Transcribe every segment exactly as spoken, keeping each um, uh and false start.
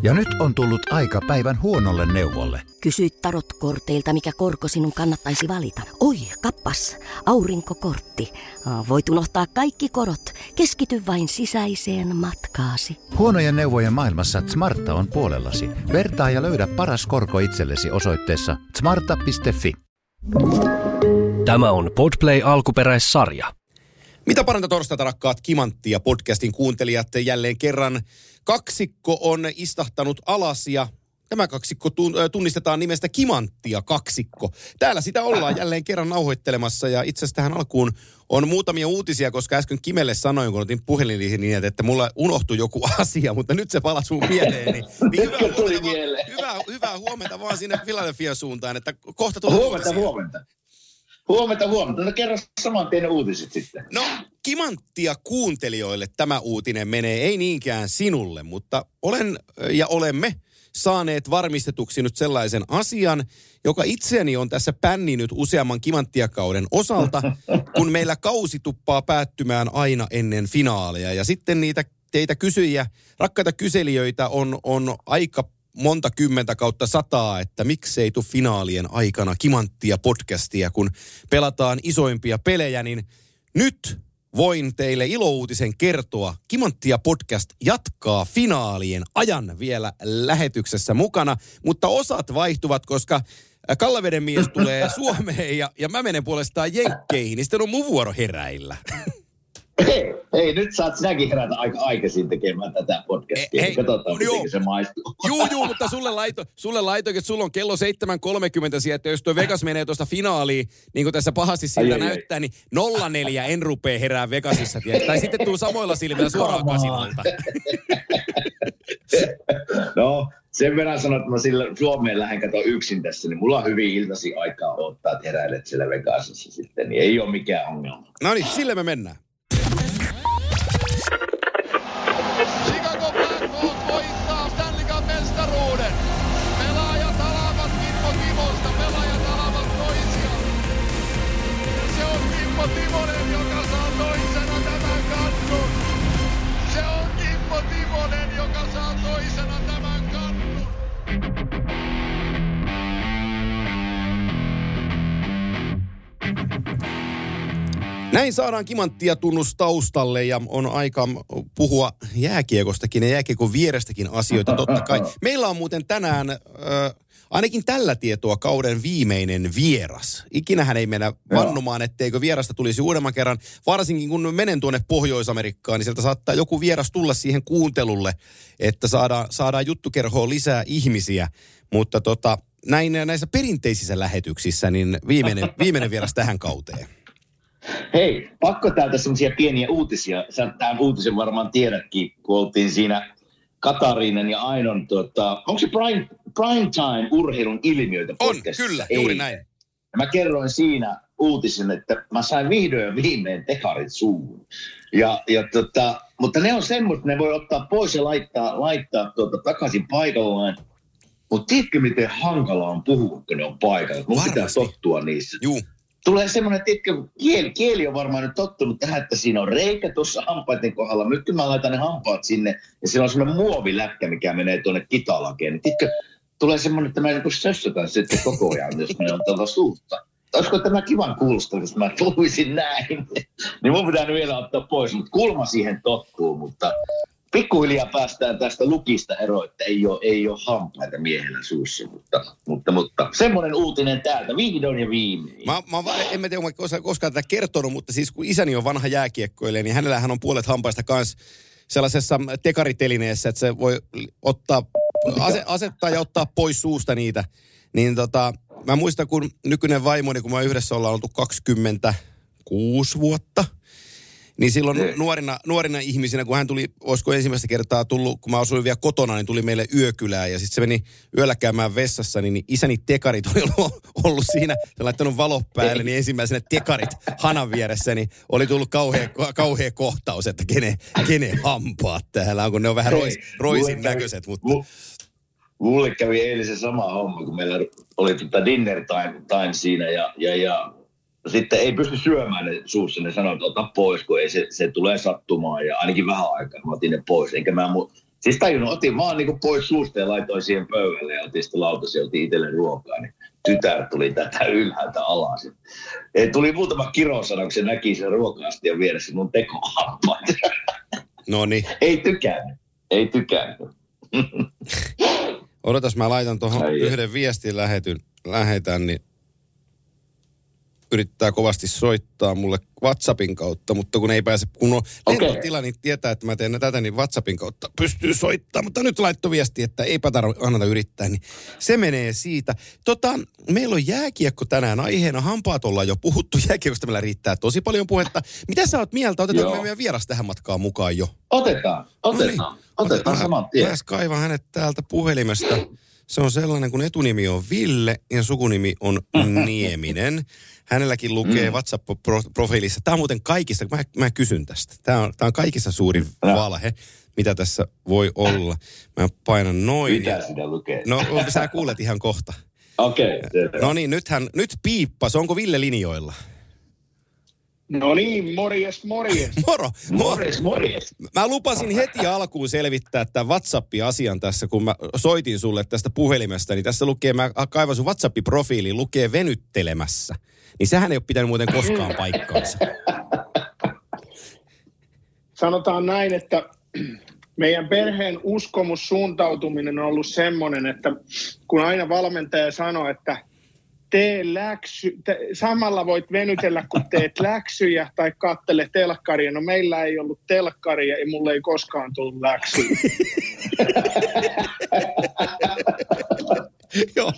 Ja nyt on tullut aika päivän huonolle neuvolle. Kysy tarotkorteilta, mikä korko sinun kannattaisi valita. Oi, kappas, aurinkokortti. Voit unohtaa kaikki korot. Keskity vain sisäiseen matkaasi. Huonojen neuvojen maailmassa Smarta on puolellasi. Vertaa ja löydä paras korko itsellesi osoitteessa smarta piste fi. Tämä on Podplay alkuperäissarja. Mitä paranta torstaita, rakkaat Kimanttia podcastin kuuntelijat, jälleen kerran kaksikko on istahtanut alas ja tämä kaksikko tunnistetaan nimestä Kimanttia kaksikko. Täällä sitä ollaan jälleen kerran nauhoittelemassa ja itse asiassa tähän alkuun on muutamia uutisia, koska äsken Kimelle sanoin, kun otin puhelinliihin niin, että mulla unohtui joku asia, mutta nyt se palasi sun mieleen. Niin, niin hyvää, huomenta vaan, hyvää, hyvää huomenta vaan sinne Philadelphian suuntaan, että kohta tulee huomenta, uutisia. Huomenta, huomenta. Huomenta, No kerro saman teidän uutiset sitten. No, Kimanttia kuuntelijoille tämä uutinen menee, ei niinkään sinulle, mutta olen ja olemme saaneet varmistetuksi nyt sellaisen asian, joka itseäni on tässä pänninyt useamman Kimanttia-kauden osalta, kun meillä kausi tuppaa päättymään aina ennen finaaleja. Ja sitten niitä teitä kysyjiä, rakkaita kyselijöitä on, on aika monta kymmentä kautta sataa, että miksei tule finaalien aikana Kimanttia podcastia, kun pelataan isoimpia pelejä, niin nyt voin teille ilouutisen kertoa. Kimanttia podcast jatkaa finaalien ajan vielä lähetyksessä mukana, mutta osat vaihtuvat, koska Kallaveden mies tulee Suomeen ja, ja mä menen puolestaan Jenkkeihin, niin sitten on mun vuoro heräillä. Hei, hei, nyt saat sinäkin herätä aika aikaisin tekemään tätä podcastia. Hei, katsotaan, miten se maistuu. Juu, juu, mutta sulle laito, sulle laitoin, että sulla on kello seitsemän kolmekymmentä sieltä, että jos tuo Vegas menee tuosta finaaliin, niin kuin tässä pahasti siltä ai, näyttää, ai. Niin nolla neljä en rupea herää Vegasissa. Tiedä. Tai sitten tuu samoilla silmillä suoraan kasilalta. No, sen verran sanon, että mä sillä Suomeen lähden kato yksin tässä, niin mulla on hyvin iltasi aikaa odottaa, että heräilet siellä Vegasissa sitten, niin ei ole mikään ongelma. No niin, sille me mennään. Chicago Blackhawks voittaa Stanley Cup -mestaruuden. Pelaajat alavat Kimmo Timosta, pelaajat alavat toisiaan. Se on Kimmo Timonen, joka saa toisena tämän kannun. Se on Kimmo Timonen, joka saa toisena tämän kannun. Näin saadaan Kimanttia tunnus taustalle ja on aika puhua jääkiekostakin ja jääkiekon vierestäkin asioita totta kai. Meillä on muuten tänään äh, ainakin tällä tietoa kauden viimeinen vieras. Ikinähän ei mennä vannomaan, etteikö vierasta tulisi uudemman kerran. Varsinkin kun menen tuonne Pohjois-Amerikkaan, niin sieltä saattaa joku vieras tulla siihen kuuntelulle, että saadaan, saadaan juttukerhoon lisää ihmisiä. Mutta tota, näin, näissä perinteisissä lähetyksissä niin viimeinen, viimeinen vieras tähän kauteen. Hei, pakko täältä semmoisia pieniä uutisia. Sä tämän uutisen varmaan tiedätkin, kun oltiin siinä Katariinan ja Ainon, tota, onko se prime, prime time urheilun ilmiöitä podcastissa? On, kyllä, juuri näin. Ja mä kerroin siinä uutisen, että mä sain vihdoin ja viimein tekarit suuhun. Ja, ja tota, mutta ne on semmoista, ne voi ottaa pois ja laittaa, laittaa tuota takaisin paikallaan. Mutta tiedätkö, miten hankala on puhua, kun ne on paikalla? Mun pitää tottua niissä. Juu. Tulee semmoinen, että kieli, kieli on varmaan nyt tottunut tähän, että siinä on reikä tuossa hampaiden kohdalla. Nyt kun mä laitan ne hampaat sinne, ja siellä on semmoinen muovilätkä, mikä menee tuonne kitalakeen. Niin tiedätkö, tulee semmoinen, että mä en niin sössötän sitten koko ajan, jos ne on tuolta suusta. Olisiko tämä kivan kuulostaa, jos mä tulisin näin? Niin mun pitää nyt vielä ottaa pois, mutta kulma siihen tottuu, mutta pikkuhiljaa päästään tästä lukista eroon, että ei ole, ei ole hampaita miehellä suussa, mutta, mutta, mutta semmoinen uutinen täältä, vihdoin ja viimein. Mä, mä en mä tiedä, onko koskaan tätä kertonut, mutta siis kun isäni on vanha jääkiekkoilija, niin hänellähän on puolet hampaista kanssa sellaisessa tekaritelineessä, että se voi ottaa, ase, asettaa ja ottaa pois suusta niitä. Niin tota, mä muistan, kun nykyinen vaimoni, kun mä yhdessä ollaan oltu kaksikymmentäkuusi vuotta, niin silloin nuorina, nuorina ihmisinä, kun hän tuli, olisiko ensimmäistä kertaa tullut, kun mä asuin vielä kotona, niin tuli meille yökylään. Ja sitten se meni yöllä käymään vessassa, niin isäni tekarit oli ollut siinä. Se laittanut valot päälle, niin ensimmäisenä tekarit hanan vieressä, niin oli tullut kauhea, kauhea kohtaus, että kene, kene hampaat täällä on, kun ne on vähän rois, roisin näköiset. Mutta mulle kävi eilen se sama homma, kun meillä oli tota dinner time, time siinä ja... ja, ja sitten ei pysty syömään ne suussa, ne sanoo, että ota pois, kun ei se, se tulee sattumaan ja ainakin vähän aikaa mä otin ne pois. Enkä mä mu- Siis tajunnut, otin vaan niin kuin pois suusta ja laitoin siihen pöydälle ja otin sitten lautasia ja otin itselle ruokaa. Niin tytär tuli tätä ylhäältä alas. Et tuli muutama kirosana, kun se näki sen ruoka-astian vieressä mun tekohampaat. Noniin. Ei tykännyt. Ei tykännyt. Odotas, mä laitan tuohon yhden viestin lähetyn, lähetän, niin yrittää kovasti soittaa mulle WhatsAppin kautta, mutta kun ei pääse, kun on lentotila, niin tietää, että mä teen tätä, niin WhatsAppin kautta pystyy soittamaan. Mutta nyt laittoi viesti, että eipä tarvitse annata yrittää, niin se menee siitä. Tota, meillä on jääkiekko tänään aiheena. Hampaat ollaan jo puhuttu. Jääkiekosta meillä riittää tosi paljon puhetta. Mitä sä oot mieltä? Otetaanko me meidän vieras tähän matkaan mukaan jo? Otetaan, otetaan. No niin. Otetaan saman tien. Mä kaivan hänet täältä puhelimesta. Se on sellainen, kun etunimi on Ville ja sukunimi on Nieminen. Hänelläkin lukee mm. WhatsApp-profiilissa. Tämä on muuten kaikissa, mä, mä kysyn tästä. Tämä on, tämä on kaikissa suurin no. valhe, mitä tässä voi olla. Mä painan noin. Mitä ja... sitä lukee? No, sä kuulet ihan kohta. Okei. Okay, no niin, nythän, nyt piippas. Onko Ville linjoilla? No niin, morjes, morjes. Moro, morjes, morjes. Mä lupasin heti alkuun selvittää tämän WhatsApp-asian tässä, kun mä soitin sulle tästä puhelimesta, niin tässä lukee, mä kaivan sun WhatsApp-profiiliin, lukee venyttelemässä. Niin sehän ei ole pitänyt muuten koskaan paikkaansa. Sanotaan näin, että meidän perheen uskomussuuntautuminen on ollut semmoinen, että kun aina valmentaja sanoo, että tee läksy, te, samalla voit venytellä, kun teet läksyjä tai kattele telkkaria. No meillä ei ollut telkkaria ja mulle ei koskaan tullut läksyjä. Joo.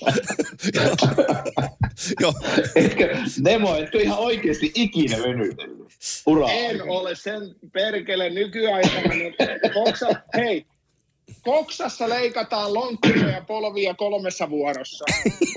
Joo. Etkö, Nemo, etkö ihan oikeasti ikinä venytellyt? Uraa. En ole sen perkele nykyaikana. Koksa, hei, Koksassa leikataan lonkkia ja polvia kolmessa vuorossa.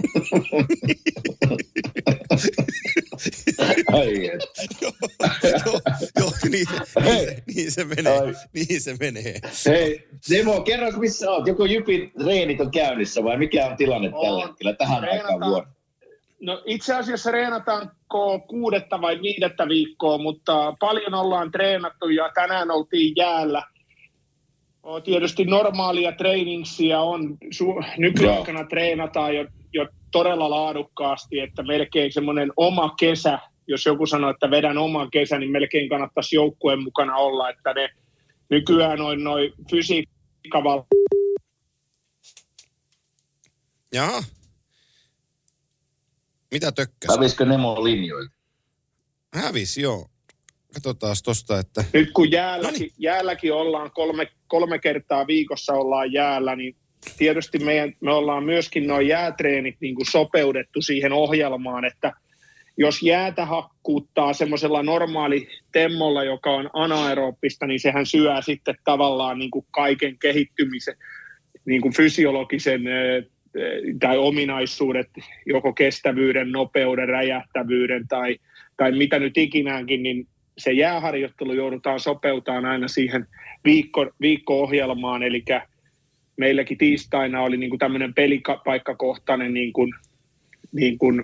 Ai joo, joo, joo niin, niin, se, niin se menee, Ai. niin se menee. Hei, Nemo, kerro missä oot? Joko Jypin reenit on käynnissä vai mikä on tilanne on. tällä hetkellä tähän reenataan, aikaan vuonna? No itse asiassa reenataan kuudetta vai viidettä viikkoa, mutta paljon ollaan treenattu ja tänään oltiin jäällä. Tietysti normaalia trainingsia on, Su- nykyaikana treenataan jo, jo todella laadukkaasti, että melkein semmoinen oma kesä, jos joku sanoo, että vedän oman kesän, niin melkein kannattaisi joukkueen mukana olla, että ne nykyään noin noi fysiikkaval... Jaha. Mitä tökkäsi? Hävisikö Nemo linjoilta? Hävisi, joo. Katsotaan tosta, että... Nyt kun jäälläkin, jäälläkin ollaan kolme, kolme kertaa viikossa ollaan jäällä, niin tietysti meidän, me ollaan myöskin nuo jäätreenit niin kuin sopeutettu siihen ohjelmaan, että jos jäätä hakkuuttaa semmoisella normaali temmolla, joka on anaerooppista, niin sehän syö sitten tavallaan niin kuin kaiken kehittymisen, niin kuin fysiologisen tai ominaisuudet, joko kestävyyden, nopeuden, räjähtävyyden tai, tai mitä nyt ikinäänkin, niin se jääharjoittelu joudutaan sopeutamaan aina siihen viikko, viikko-ohjelmaan, eli meilläkin tiistaina oli niin kuin tämmöinen pelipaikkakohtainen niin kuin, niin kuin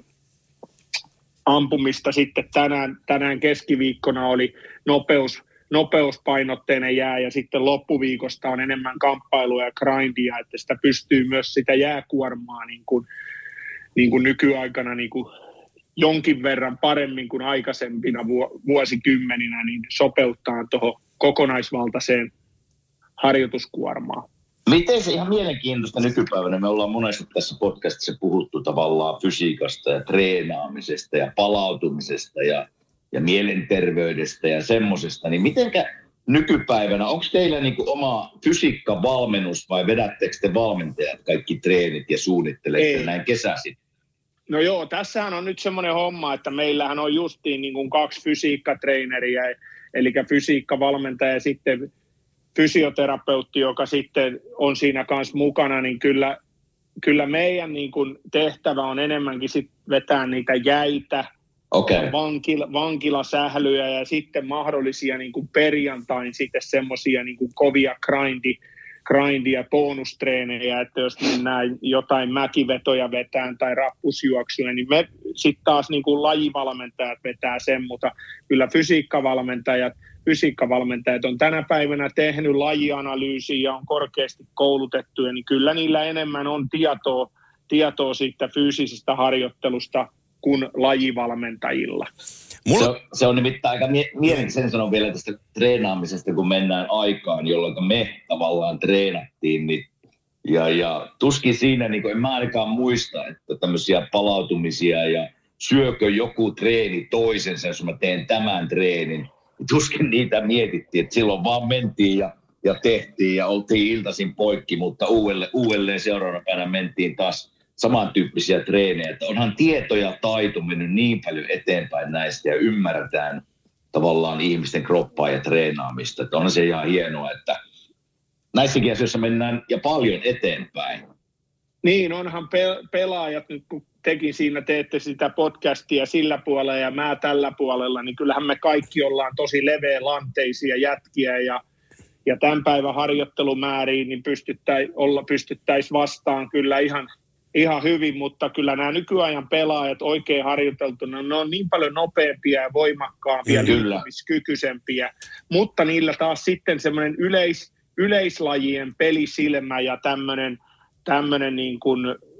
ampumista, sitten tänään, tänään keskiviikkona oli nopeus, nopeuspainotteinen jää, ja sitten loppuviikosta on enemmän kamppailua ja grindia, että sitä pystyy myös sitä jääkuormaa niin kuin, niin kuin nykyaikana niin kuin jonkin verran paremmin kuin aikaisempina vuosikymmeninä, niin sopeuttaa tuohon kokonaisvaltaiseen harjoituskuormaan. Miten se ihan mielenkiintoista nykypäivänä? Me ollaan monesti tässä podcastissa puhuttu tavallaan fysiikasta ja treenaamisesta ja palautumisesta ja, ja mielenterveydestä ja semmosesta. Niin mitenkä nykypäivänä, onko teillä niinku oma fysiikkavalmennus vai vedättekö te valmentajat kaikki treenit ja suunnittelette näin kesäisin? No joo, tässähän on nyt semmoinen homma, että meillähän on justiin niin kuin kaksi fysiikkatreeneriä, eli fysiikkavalmentaja ja sitten fysioterapeutti, joka sitten on siinä kanssa mukana, niin kyllä, kyllä meidän niin kuin tehtävä on enemmänkin sit vetää niitä jäitä, okay. vankila, vankilasählyjä ja sitten mahdollisia niin kuin perjantain sitten semmoisia niin kuin kovia grindi, grindia, bonustreenejä, että jos mennään jotain mäkivetoja vetään tai rappusjuoksuja, niin me sitten taas niin kuin lajivalmentajat vetää sen, mutta kyllä fysiikkavalmentajat fysiikkavalmentajat on tänä päivänä tehnyt lajianalyysiä ja on korkeasti koulutettuja, niin kyllä niillä enemmän on tietoa, tietoa siitä fyysisestä harjoittelusta kuin lajivalmentajilla. Mulla... Se, on, se on nimittäin aika mie- mielenkiintoinen sanon vielä tästä treenaamisesta, kun mennään aikaan, jolloin me tavallaan treenattiin, niin ja, ja tuskin siinä, niin en mä ainakaan muista, että tämmöisiä palautumisia ja syökö joku treeni toisensa, jos mä teen tämän treenin. Tuskin niitä mietittiin, että silloin vaan mentiin ja, ja tehtiin ja oltiin iltaisin poikki, mutta uudelleen, uudelleen seuraavana päivänä mentiin taas samantyyppisiä treenejä. Että onhan tieto ja taito mennyt niin paljon eteenpäin näistä ja ymmärretään tavallaan ihmisten kroppaa ja treenaamista. Että onhan se ihan hienoa, että näissäkin asioissa mennään ja paljon eteenpäin. Niin, onhan pe- pelaajat nyt, kun tekin siinä teette sitä podcastia sillä puolella ja mä tällä puolella, niin kyllähän me kaikki ollaan tosi leveälanteisia jätkiä ja, ja tämän päivän harjoittelumääriin niin pystyttäisiin pystyttäisi vastaan kyllä ihan, ihan hyvin, mutta kyllä nämä nykyajan pelaajat oikein harjoiteltuna, ne on niin paljon nopeampia ja voimakkaampia ja liikkumiskykyisempiä, mutta niillä taas sitten semmoinen yleis yleislajien pelisilmä ja tämmöinen tämmöinen niin kuin,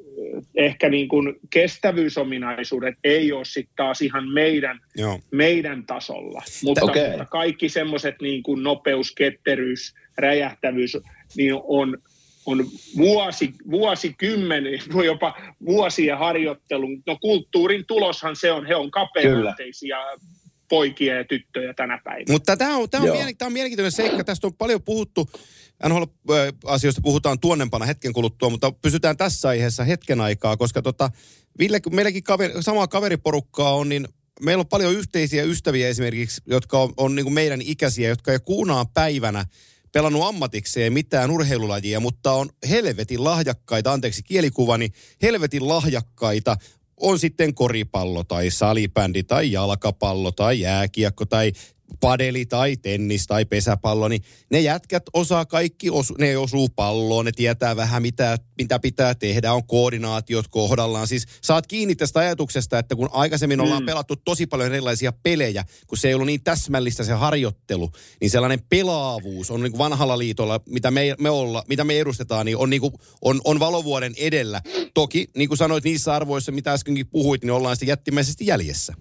ehkä niin kuin kestävyysominaisuudet ei ole sitten taas ihan meidän, meidän tasolla. Mutta, okay. mutta kaikki semmoiset niin kuin nopeus, ketteryys, räjähtävyys, niin on, on vuosi, vuosikymmeni, jopa vuosien harjoittelun. No kulttuurin tuloshan se on, he on kapealanteisia poikia ja tyttöjä tänä päivänä. Mutta tämä on, tämä on, mielen, tämä on mielenkiintoinen seikka. Tästä on paljon puhuttu. N H L-asioista puhutaan tuonnempana hetken kuluttua, mutta pysytään tässä aiheessa hetken aikaa, koska tota, Ville, kun meilläkin kaveri, samaa kaveriporukkaa on, niin meillä on paljon yhteisiä ystäviä esimerkiksi, jotka on, on niin kuin meidän ikäisiä, jotka ei kuunaan päivänä pelannut ammatikseen mitään urheilulajia, mutta on helvetin lahjakkaita, anteeksi kielikuvani, helvetin lahjakkaita. On sitten koripallo tai salibändi tai jalkapallo tai jääkiekko tai padeli tai tennis tai pesäpallo, niin ne jätkät osaa kaikki, osu, ne osuu palloon, ne tietää vähän mitä, mitä pitää tehdä, on koordinaatiot kohdallaan. Siis saat kiinni tästä ajatuksesta, että kun aikaisemmin ollaan mm. pelattu tosi paljon erilaisia pelejä, kun se ei ollut niin täsmällistä se harjoittelu, niin sellainen pelaavuus on niin kuin vanhalla liitolla, mitä me, me, olla, mitä me edustetaan, niin on, niin kuin, on, on valovuoden edellä. Toki, niin kuin sanoit niissä arvoissa, mitä äskenkin puhuit, niin ollaan sitten jättimäisesti jäljessä.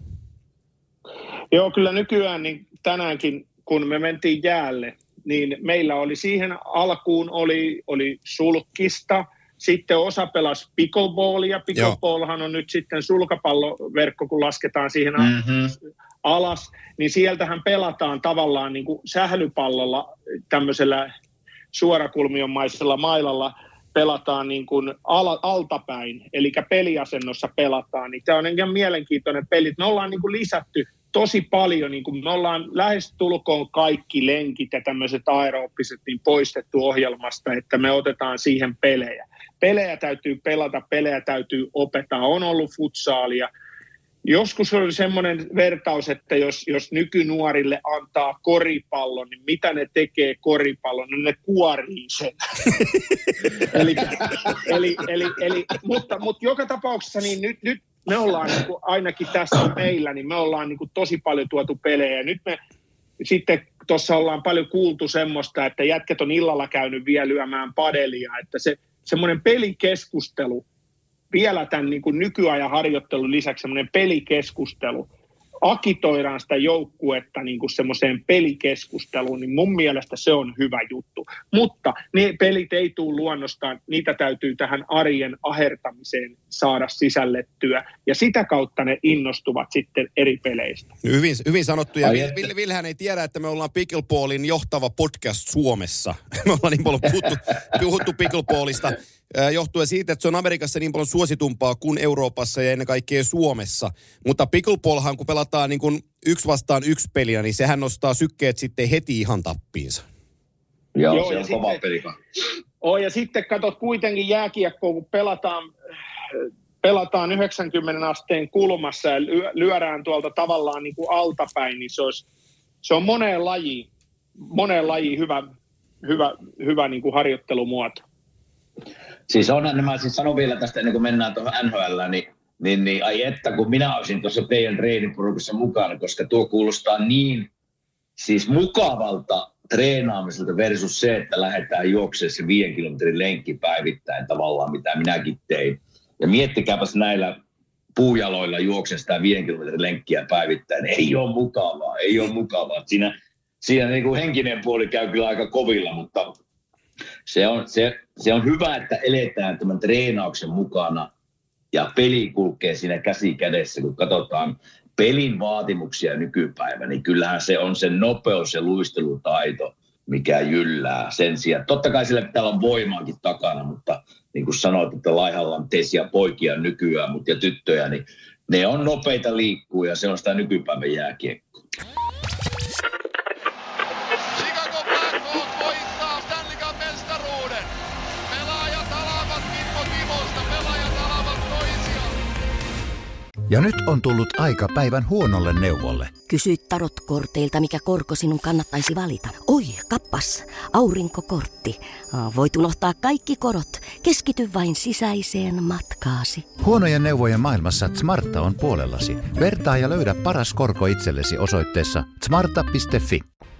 Joo, kyllä nykyään niin tänäänkin, kun me mentiin jäälle, niin meillä oli siihen alkuun oli, oli sulkista, sitten osa pelasi pickleballia. Pickleballhan on nyt sitten sulkapalloverkko, kun lasketaan siihen mm-hmm. alas, niin sieltähän pelataan tavallaan niin kuin sählypallolla tämmöisellä suorakulmionmaisella mailalla, pelataan niin kuin al- altapäin, eli peliasennossa pelataan, niin tämä on ihan mielenkiintoinen peli. Me ollaan niin kuin lisätty tosi paljon, niin kuin me ollaan lähestulkoon kaikki lenkit ja tämmöiset aerooppiset niin poistettu ohjelmasta, että me otetaan siihen pelejä. Pelejä täytyy pelata, pelejä täytyy opettaa. On ollut futsaalia. Joskus oli semmoinen vertaus, että jos, jos nykynuorille antaa koripallon, niin mitä ne tekee koripallon? No ne kuorii sen. eli, eli, eli, eli, mutta, mutta joka tapauksessa niin nyt, nyt me ollaan niin kuin ainakin tässä meillä, niin me ollaan niin kuin tosi paljon tuotu pelejä. Nyt me sitten tuossa ollaan paljon kuultu semmoista, että jätkät on illalla käynyt vielä lyömään padelia, että se semmoinen pelikeskustelu, vielä tämän niin kuin nykyajan harjoittelun lisäksi semmoinen pelikeskustelu, agitoidaan sitä joukkuetta niin kuin semmoiseen pelikeskusteluun, niin mun mielestä se on hyvä juttu. Mutta ne pelit ei tule luonnostaan, niitä täytyy tähän arjen ahertamiseen saada sisällettyä, ja sitä kautta ne innostuvat sitten eri peleistä. Hyvin, hyvin sanottu, ja Ville, Villehän ei tiedä, että me ollaan Pickleballin johtava podcast Suomessa. Me ollaan niin paljon puhuttu, puhuttu Pickleballista, johtuen siitä, että se on Amerikassa niin paljon suositumpaa kuin Euroopassa ja ennen kaikkea Suomessa. Mutta pickleballhan, kun pelataan niin kuin yksi vastaan yksi peliä, niin sehän nostaa sykkeet sitten heti ihan tappiinsa. Joo, Joo se on kova peli. Oh, ja sitten katsot kuitenkin jääkiekkoa, kun pelataan, pelataan yhdeksänkymmentä asteen kulmassa ja lyödään tuolta tavallaan niin kuin altapäin, niin se, olisi, se on moneen lajiin, moneen lajiin hyvä, hyvä, hyvä niin kuin harjoittelumuoto. Siis on, mä siis sanon vielä tästä ennen kuin mennään tuohon N H L:ään, niin, niin, niin ai että kun minä olisin tuossa teidän treeniporukassa mukana, koska tuo kuulostaa niin siis mukavalta treenaamiselta versus se, että lähdetään juoksemaan se viiden kilometrin lenkki päivittäin tavallaan, mitä minäkin tein. Ja miettikääpäs näillä puujaloilla juokse sitä viiden kilometrin lenkkiä päivittäin. Ei ole mukavaa, ei ole mukavaa. Siinä, siinä niin kuin henkinen puoli käy kyllä aika kovilla, mutta se on, se, se on hyvä, että eletään tämän treenauksen mukana ja peli kulkee siinä käsi kädessä, kun katsotaan pelin vaatimuksia nykypäivä, niin kyllähän se on se nopeus ja luistelutaito, mikä jyllää sen sijaan. Totta kai sillä pitää olla voimaakin takana, mutta niin kuin sanoit, että laihallanteisia poikia nykyään, mutta ja tyttöjä, niin ne on nopeita liikkuu ja se on sitä nykypäivän jääkiekkoa. Chicago Blackhawks voittaa Stanley Cup -mestaruuden. Pelaajat alavat Kimmo Timosta, pelaajat alavat toisiaan. Ja nyt on tullut aika päivän huonolle neuvolle. Kysy tarotkorteilta, mikä korko sinun kannattaisi valita. Oi, kappas, aurinkokortti. Voit unohtaa kaikki korot. Keskity vain sisäiseen matkaasi. Huonojen neuvojen maailmassa Smarta on puolellasi. Vertaa ja löydä paras korko itsellesi osoitteessa smarta piste fi.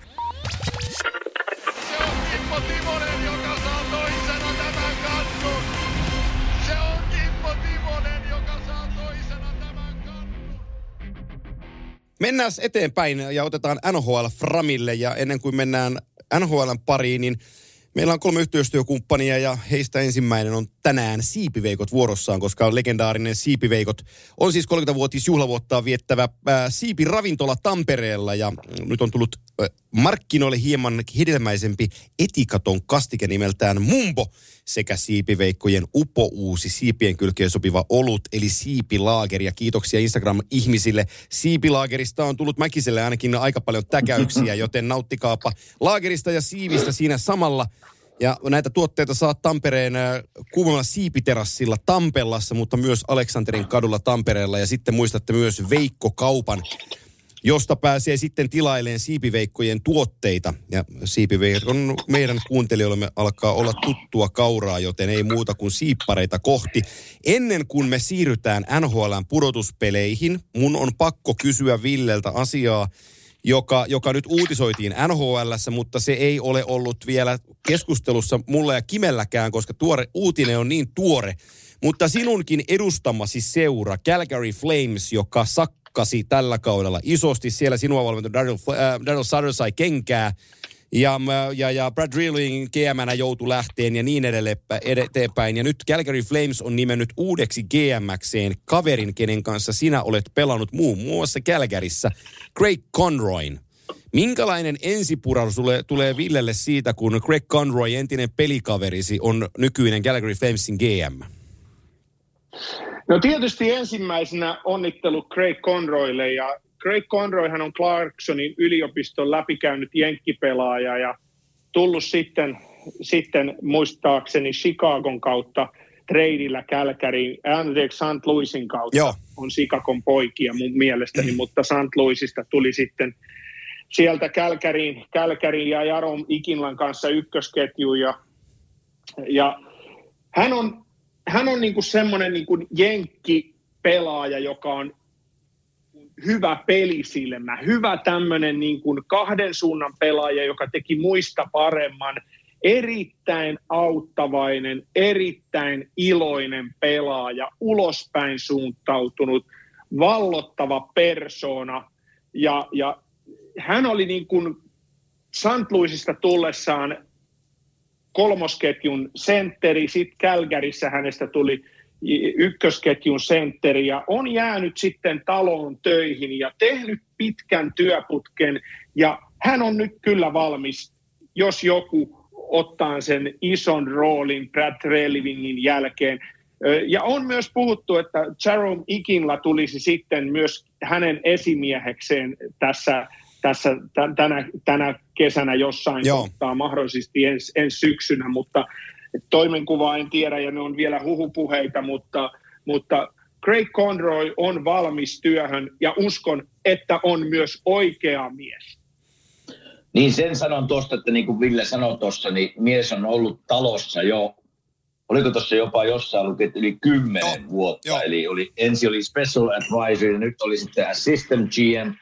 Se on Kimmo Timonen, joka saa toisena tämän kannun. Se on Kimmo Timonen, joka saa toisena tämän kannun. Mennään eteenpäin ja otetaan N H L Framille, ja ennen kuin mennään N H L:n pariin, niin meillä on kolme yhteistyökumppania ja heistä ensimmäinen on tänään Siipiveikot vuorossaan, koska legendaarinen Siipiveikot on siis kolmekymmentävuotisjuhlavuottaan viettävä ää, siipiravintola Tampereella, ja nyt on tullut ää, markkinoille hieman hedelmäisempi etikaton kastike nimeltään Mumbo sekä Siipiveikkojen upouusi siipien kylkeen sopiva olut eli Siipilaageri, ja kiitoksia Instagram-ihmisille. Siipilaagerista on tullut Mäkiselle ainakin aika paljon täkäyksiä, joten nauttikaapa laagerista ja siivistä siinä samalla. Ja näitä tuotteita saa Tampereen kuumalla siipiterassilla Tampellassa, mutta myös Aleksanterin kadulla Tampereella. Ja sitten muistatte myös Veikko-kaupan, josta pääsee sitten tilaileen Siipiveikkojen tuotteita. Ja Siipiveikko on meidän kuuntelijoillemme alkaa olla tuttua kauraa, joten ei muuta kuin siippareita kohti. Ennen kuin me siirrytään N H L:n pudotuspeleihin, mun on pakko kysyä Villeltä asiaa, joka, joka nyt uutisoitiin N H L:ssä, mutta se ei ole ollut vielä keskustelussa mulla ja Kimelläkään, koska tuore uutinen on niin tuore. Mutta sinunkin edustamasi seura, Calgary Flames, joka sakkasi tällä kaudella isosti. Siellä sinua valmentanut Daryl, äh, Daryl Sutter sai kenkää ja, ja, ja Brad Reeling G M:nä joutui lähteen ja niin edelleen eteenpäin. Ja nyt Calgary Flames on nimennyt uudeksi G M:kseen kaverin, kenen kanssa sinä olet pelannut muun muassa Calgaryssä, Craig Conroyn. Minkälainen ensipuraus tulee, tulee Villelle siitä, kun Craig Conroy, entinen pelikaverisi, on nykyinen Calgary Flamesin G M? No tietysti ensimmäisenä onnittelu Craig Conroylle, ja Craig Conroyhan on Clarksonin yliopiston läpikäynyt jenkkipelaaja ja tullut sitten, sitten muistaakseni Chicagon kautta treidillä Calgaryin, anteeksi Saint Louisin kautta. Joo. On Chicagon poikia mun mielestäni, mm. mutta Saint Louisista tuli sitten sieltä Calgaryin, Calgaryin ja Jarom Iginlan kanssa ykkösketju, ja, ja hän on Hän on niinku semmoinen niinku jenkkipelaaja, joka on hyvä pelisilmä, hyvä tämmöinen niinku kahden suunnan pelaaja, joka teki muista paremman, erittäin auttavainen, erittäin iloinen pelaaja, ulospäin suuntautunut, vallottava persoona. Ja, ja hän oli niin kuin Saint Louisista tullessaan kolmosketjun sentteri, sitten Calgaryssä hänestä tuli ykkösketjun sentteri ja on jäänyt sitten taloon töihin ja tehnyt pitkän työputken ja hän on nyt kyllä valmis, jos joku ottaa sen ison roolin Brad Relivingin jälkeen. Ja on myös puhuttu, että Jarom Iginla tulisi sitten myös hänen esimiehekseen tässä tässä tänä, tänä kesänä jossain Joo. kohtaa, mahdollisesti ensi ens syksynä, mutta toimenkuva en tiedä ja ne on vielä huhupuheita, mutta, mutta Craig Conroy on valmis työhön ja uskon, että on myös oikea mies. Niin sen sanon tuosta, että niin kuin Ville sanoi tuossa, niin mies on ollut talossa jo, oliko tuossa jopa jossain ollut, että yli kymmenen no, vuotta, jo. Eli oli, ensin oli special advisor ja nyt oli sitten assistant G M.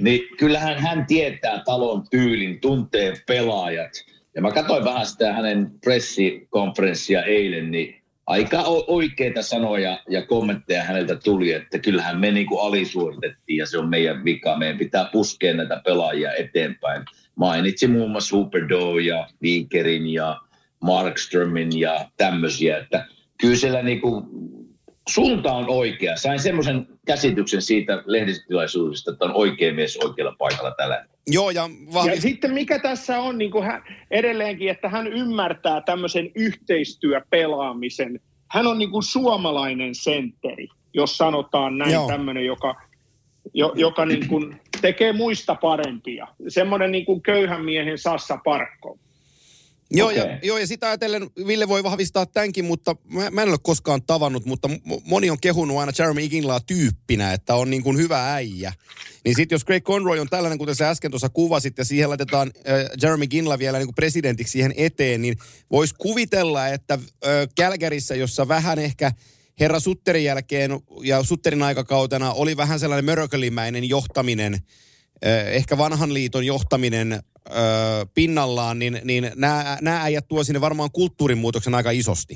Niin kyllähän hän tietää talon tyylin, tuntee pelaajat. Ja mä katsoin vähän sitä hänen pressikonferenssia eilen, niin aika oikeita sanoja ja kommentteja häneltä tuli, että kyllähän me niinku alisuoritettiin ja se on meidän vika. Meidän pitää puskea näitä pelaajia eteenpäin. Mainitsi muun muassa Huberdeau ja Wiekerin ja Markströmin ja tämmöisiä, että kyllä siellä niinku suunta on oikea. Sain semmoisen käsityksen siitä lehdistötilaisuudesta, että on oikea mies oikealla paikalla tällä hetkellä. Joo, ja, vahvist... ja sitten mikä tässä on niin kuin hän, edelleenkin, että hän ymmärtää tämmöisen yhteistyöpelaamisen. Hän on niin kuin suomalainen sentteri, jos sanotaan näin, Joo. tämmöinen, joka, jo, joka niin kuin tekee muista parempia. Semmoinen niin kuin köyhän miehen Sassa Parkko. Joo, okay. ja, joo, ja sitä ajatellen Ville voi vahvistaa tämänkin, mutta mä, mä en ole koskaan tavannut, mutta moni on kehunut aina Jeremy Iginlaa tyyppinä, että on niin kuin hyvä äijä. Niin sitten jos Craig Conroy on tällainen, kuten sä äsken tuossa kuvasit, ja siihen laitetaan äh, Jeremy Iginla vielä niin kuin presidentiksi siihen eteen, niin voisi kuvitella, että äh, Calgaryssä, jossa vähän ehkä herra Sutterin jälkeen ja Sutterin aikakautena oli vähän sellainen mörkölimäinen johtaminen, äh, ehkä vanhan liiton johtaminen, Öö, pinnallaan, niin, niin nämä, nämä äijät tuo sinne varmaan kulttuurinmuutoksen aika isosti.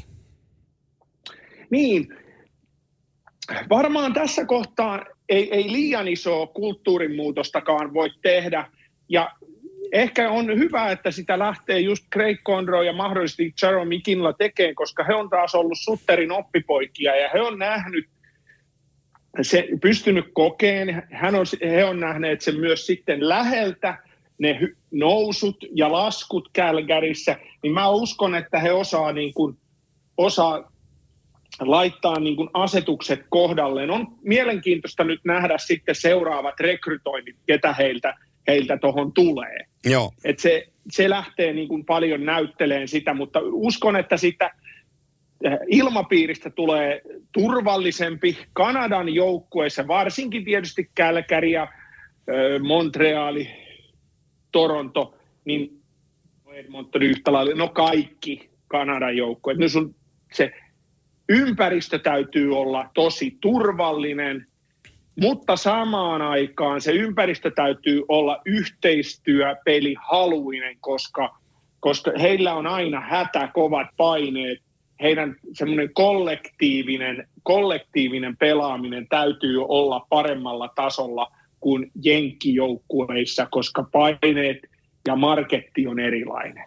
Niin, varmaan tässä kohtaa ei, ei liian isoa kulttuurinmuutostakaan voi tehdä, ja ehkä on hyvä, että sitä lähtee just Craig Conroy ja mahdollisesti Jeremy Iginla tekemään, koska he on taas ollut Sutterin oppipoikia, ja he on nähnyt, se, pystynyt kokeen, hän on, he on nähneet sen myös sitten läheltä, ne nousut ja laskut Calgaryssä, niin mä uskon, että he osaa, niin kuin, osaa laittaa niin kuin asetukset kohdalleen. On mielenkiintoista nyt nähdä sitten seuraavat rekrytoinnit, ketä heiltä, heiltä tuohon tulee. Joo. Et se, se lähtee niin kuin paljon näytteleen sitä, mutta uskon, että sitä ilmapiiristä tulee turvallisempi Kanadan joukkueessa, varsinkin tietysti Calgary ja Montreali, Toronto, niin Edmonton yhtä lailla, no kaikki Kanadan joukkueet. No sun se ympäristö täytyy olla tosi turvallinen, mutta samaan aikaan se ympäristö täytyy olla yhteistyöpelihaluinen, koska, koska heillä on aina hätä, kovat paineet. Heidän semmoinen kollektiivinen, kollektiivinen pelaaminen täytyy olla paremmalla tasolla kuin jenkkijoukkueissa, koska paineet ja marketti on erilainen.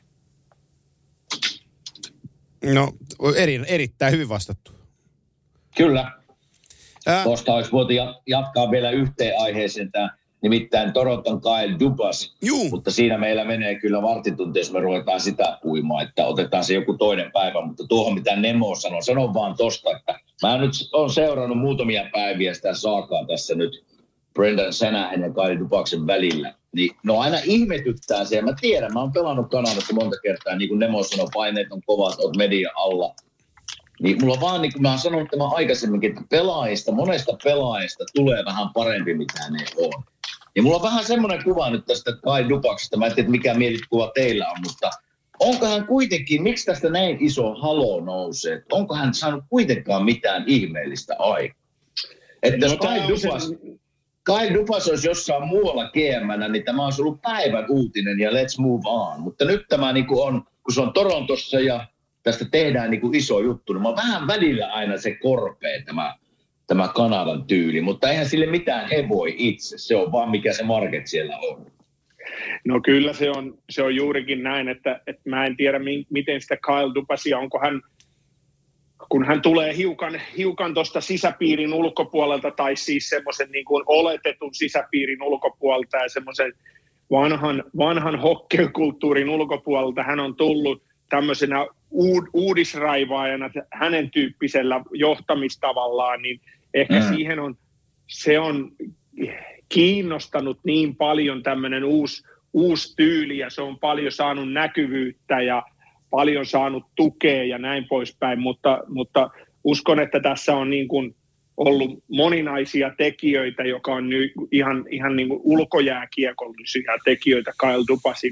No, eri, erittäin hyvin vastattu. Kyllä. Ää... Tuosta olisi voitu jatkaa vielä yhteen aiheeseen, tämä, nimittäin Toronton Kyle Dubas. Juu. Mutta siinä meillä menee kyllä varttitunti, jos me ruvetaan sitä puimaan, että otetaan se joku toinen päivä. Mutta tuohon, mitä Nemo sanoi, sanon vaan tosta, että mä nyt olen seurannut muutamia päiviä sitä saakaa tässä nyt Brendan Shanahan ja Kyle Dubaksen välillä. Niin no aina ihmetyttää se, ja mä tiedän, mä oon pelannut Kanadassa monta kertaa, niin kuin Nemo sanoi, paineet on kovat, oot media alla. Niin mulla on vaan, niin kuin mä oon sanonut tämän aikaisemminkin, että pelaajista, monesta pelaajista tulee vähän parempi, mitä ne on. Ja mulla on vähän semmoinen kuva nyt tästä Kyle Dubaksesta, mä en tiedä, mikä mielikuva teillä on, mutta onko hän kuitenkin, miksi tästä näin iso halo nousee? Onko hän saanut kuitenkaan mitään ihmeellistä aikaa? Että jos Kyle Dubas... Kyle Dubas olisi jossain muualla G M:nä, niin tämä olisi ollut päivän uutinen ja let's move on. Mutta nyt tämä niin kuin on, kun se on Torontossa ja tästä tehdään niin kuin iso juttu, niin mä vähän välillä aina se korpee tämä, tämä Kanadan tyyli. Mutta eihän sille mitään he voi itse, se on vaan mikä se market siellä on. No kyllä se on, se on juurikin näin, että, että mä en tiedä miten sitä Kyle Dubasia, onko hän... kun hän tulee hiukan, hiukan tuosta sisäpiirin ulkopuolelta tai siis semmoisen niin kuin oletetun sisäpiirin ulkopuolelta ja semmoisen vanhan, vanhan hockeykulttuurin ulkopuolelta, hän on tullut tämmöisenä uud, uudisraivaajana hänen tyyppisellä johtamistavallaan, niin ehkä mm. siihen on, se on kiinnostanut niin paljon tämmöinen uusi, uusi tyyli ja se on paljon saanut näkyvyyttä ja paljon saanut tukea ja näin poispäin, mutta, mutta uskon, että tässä on niin kuin ollut moninaisia tekijöitä, joka on nyt ihan, ihan niin kuin ulkojääkiekollisia tekijöitä Kyle Dubasin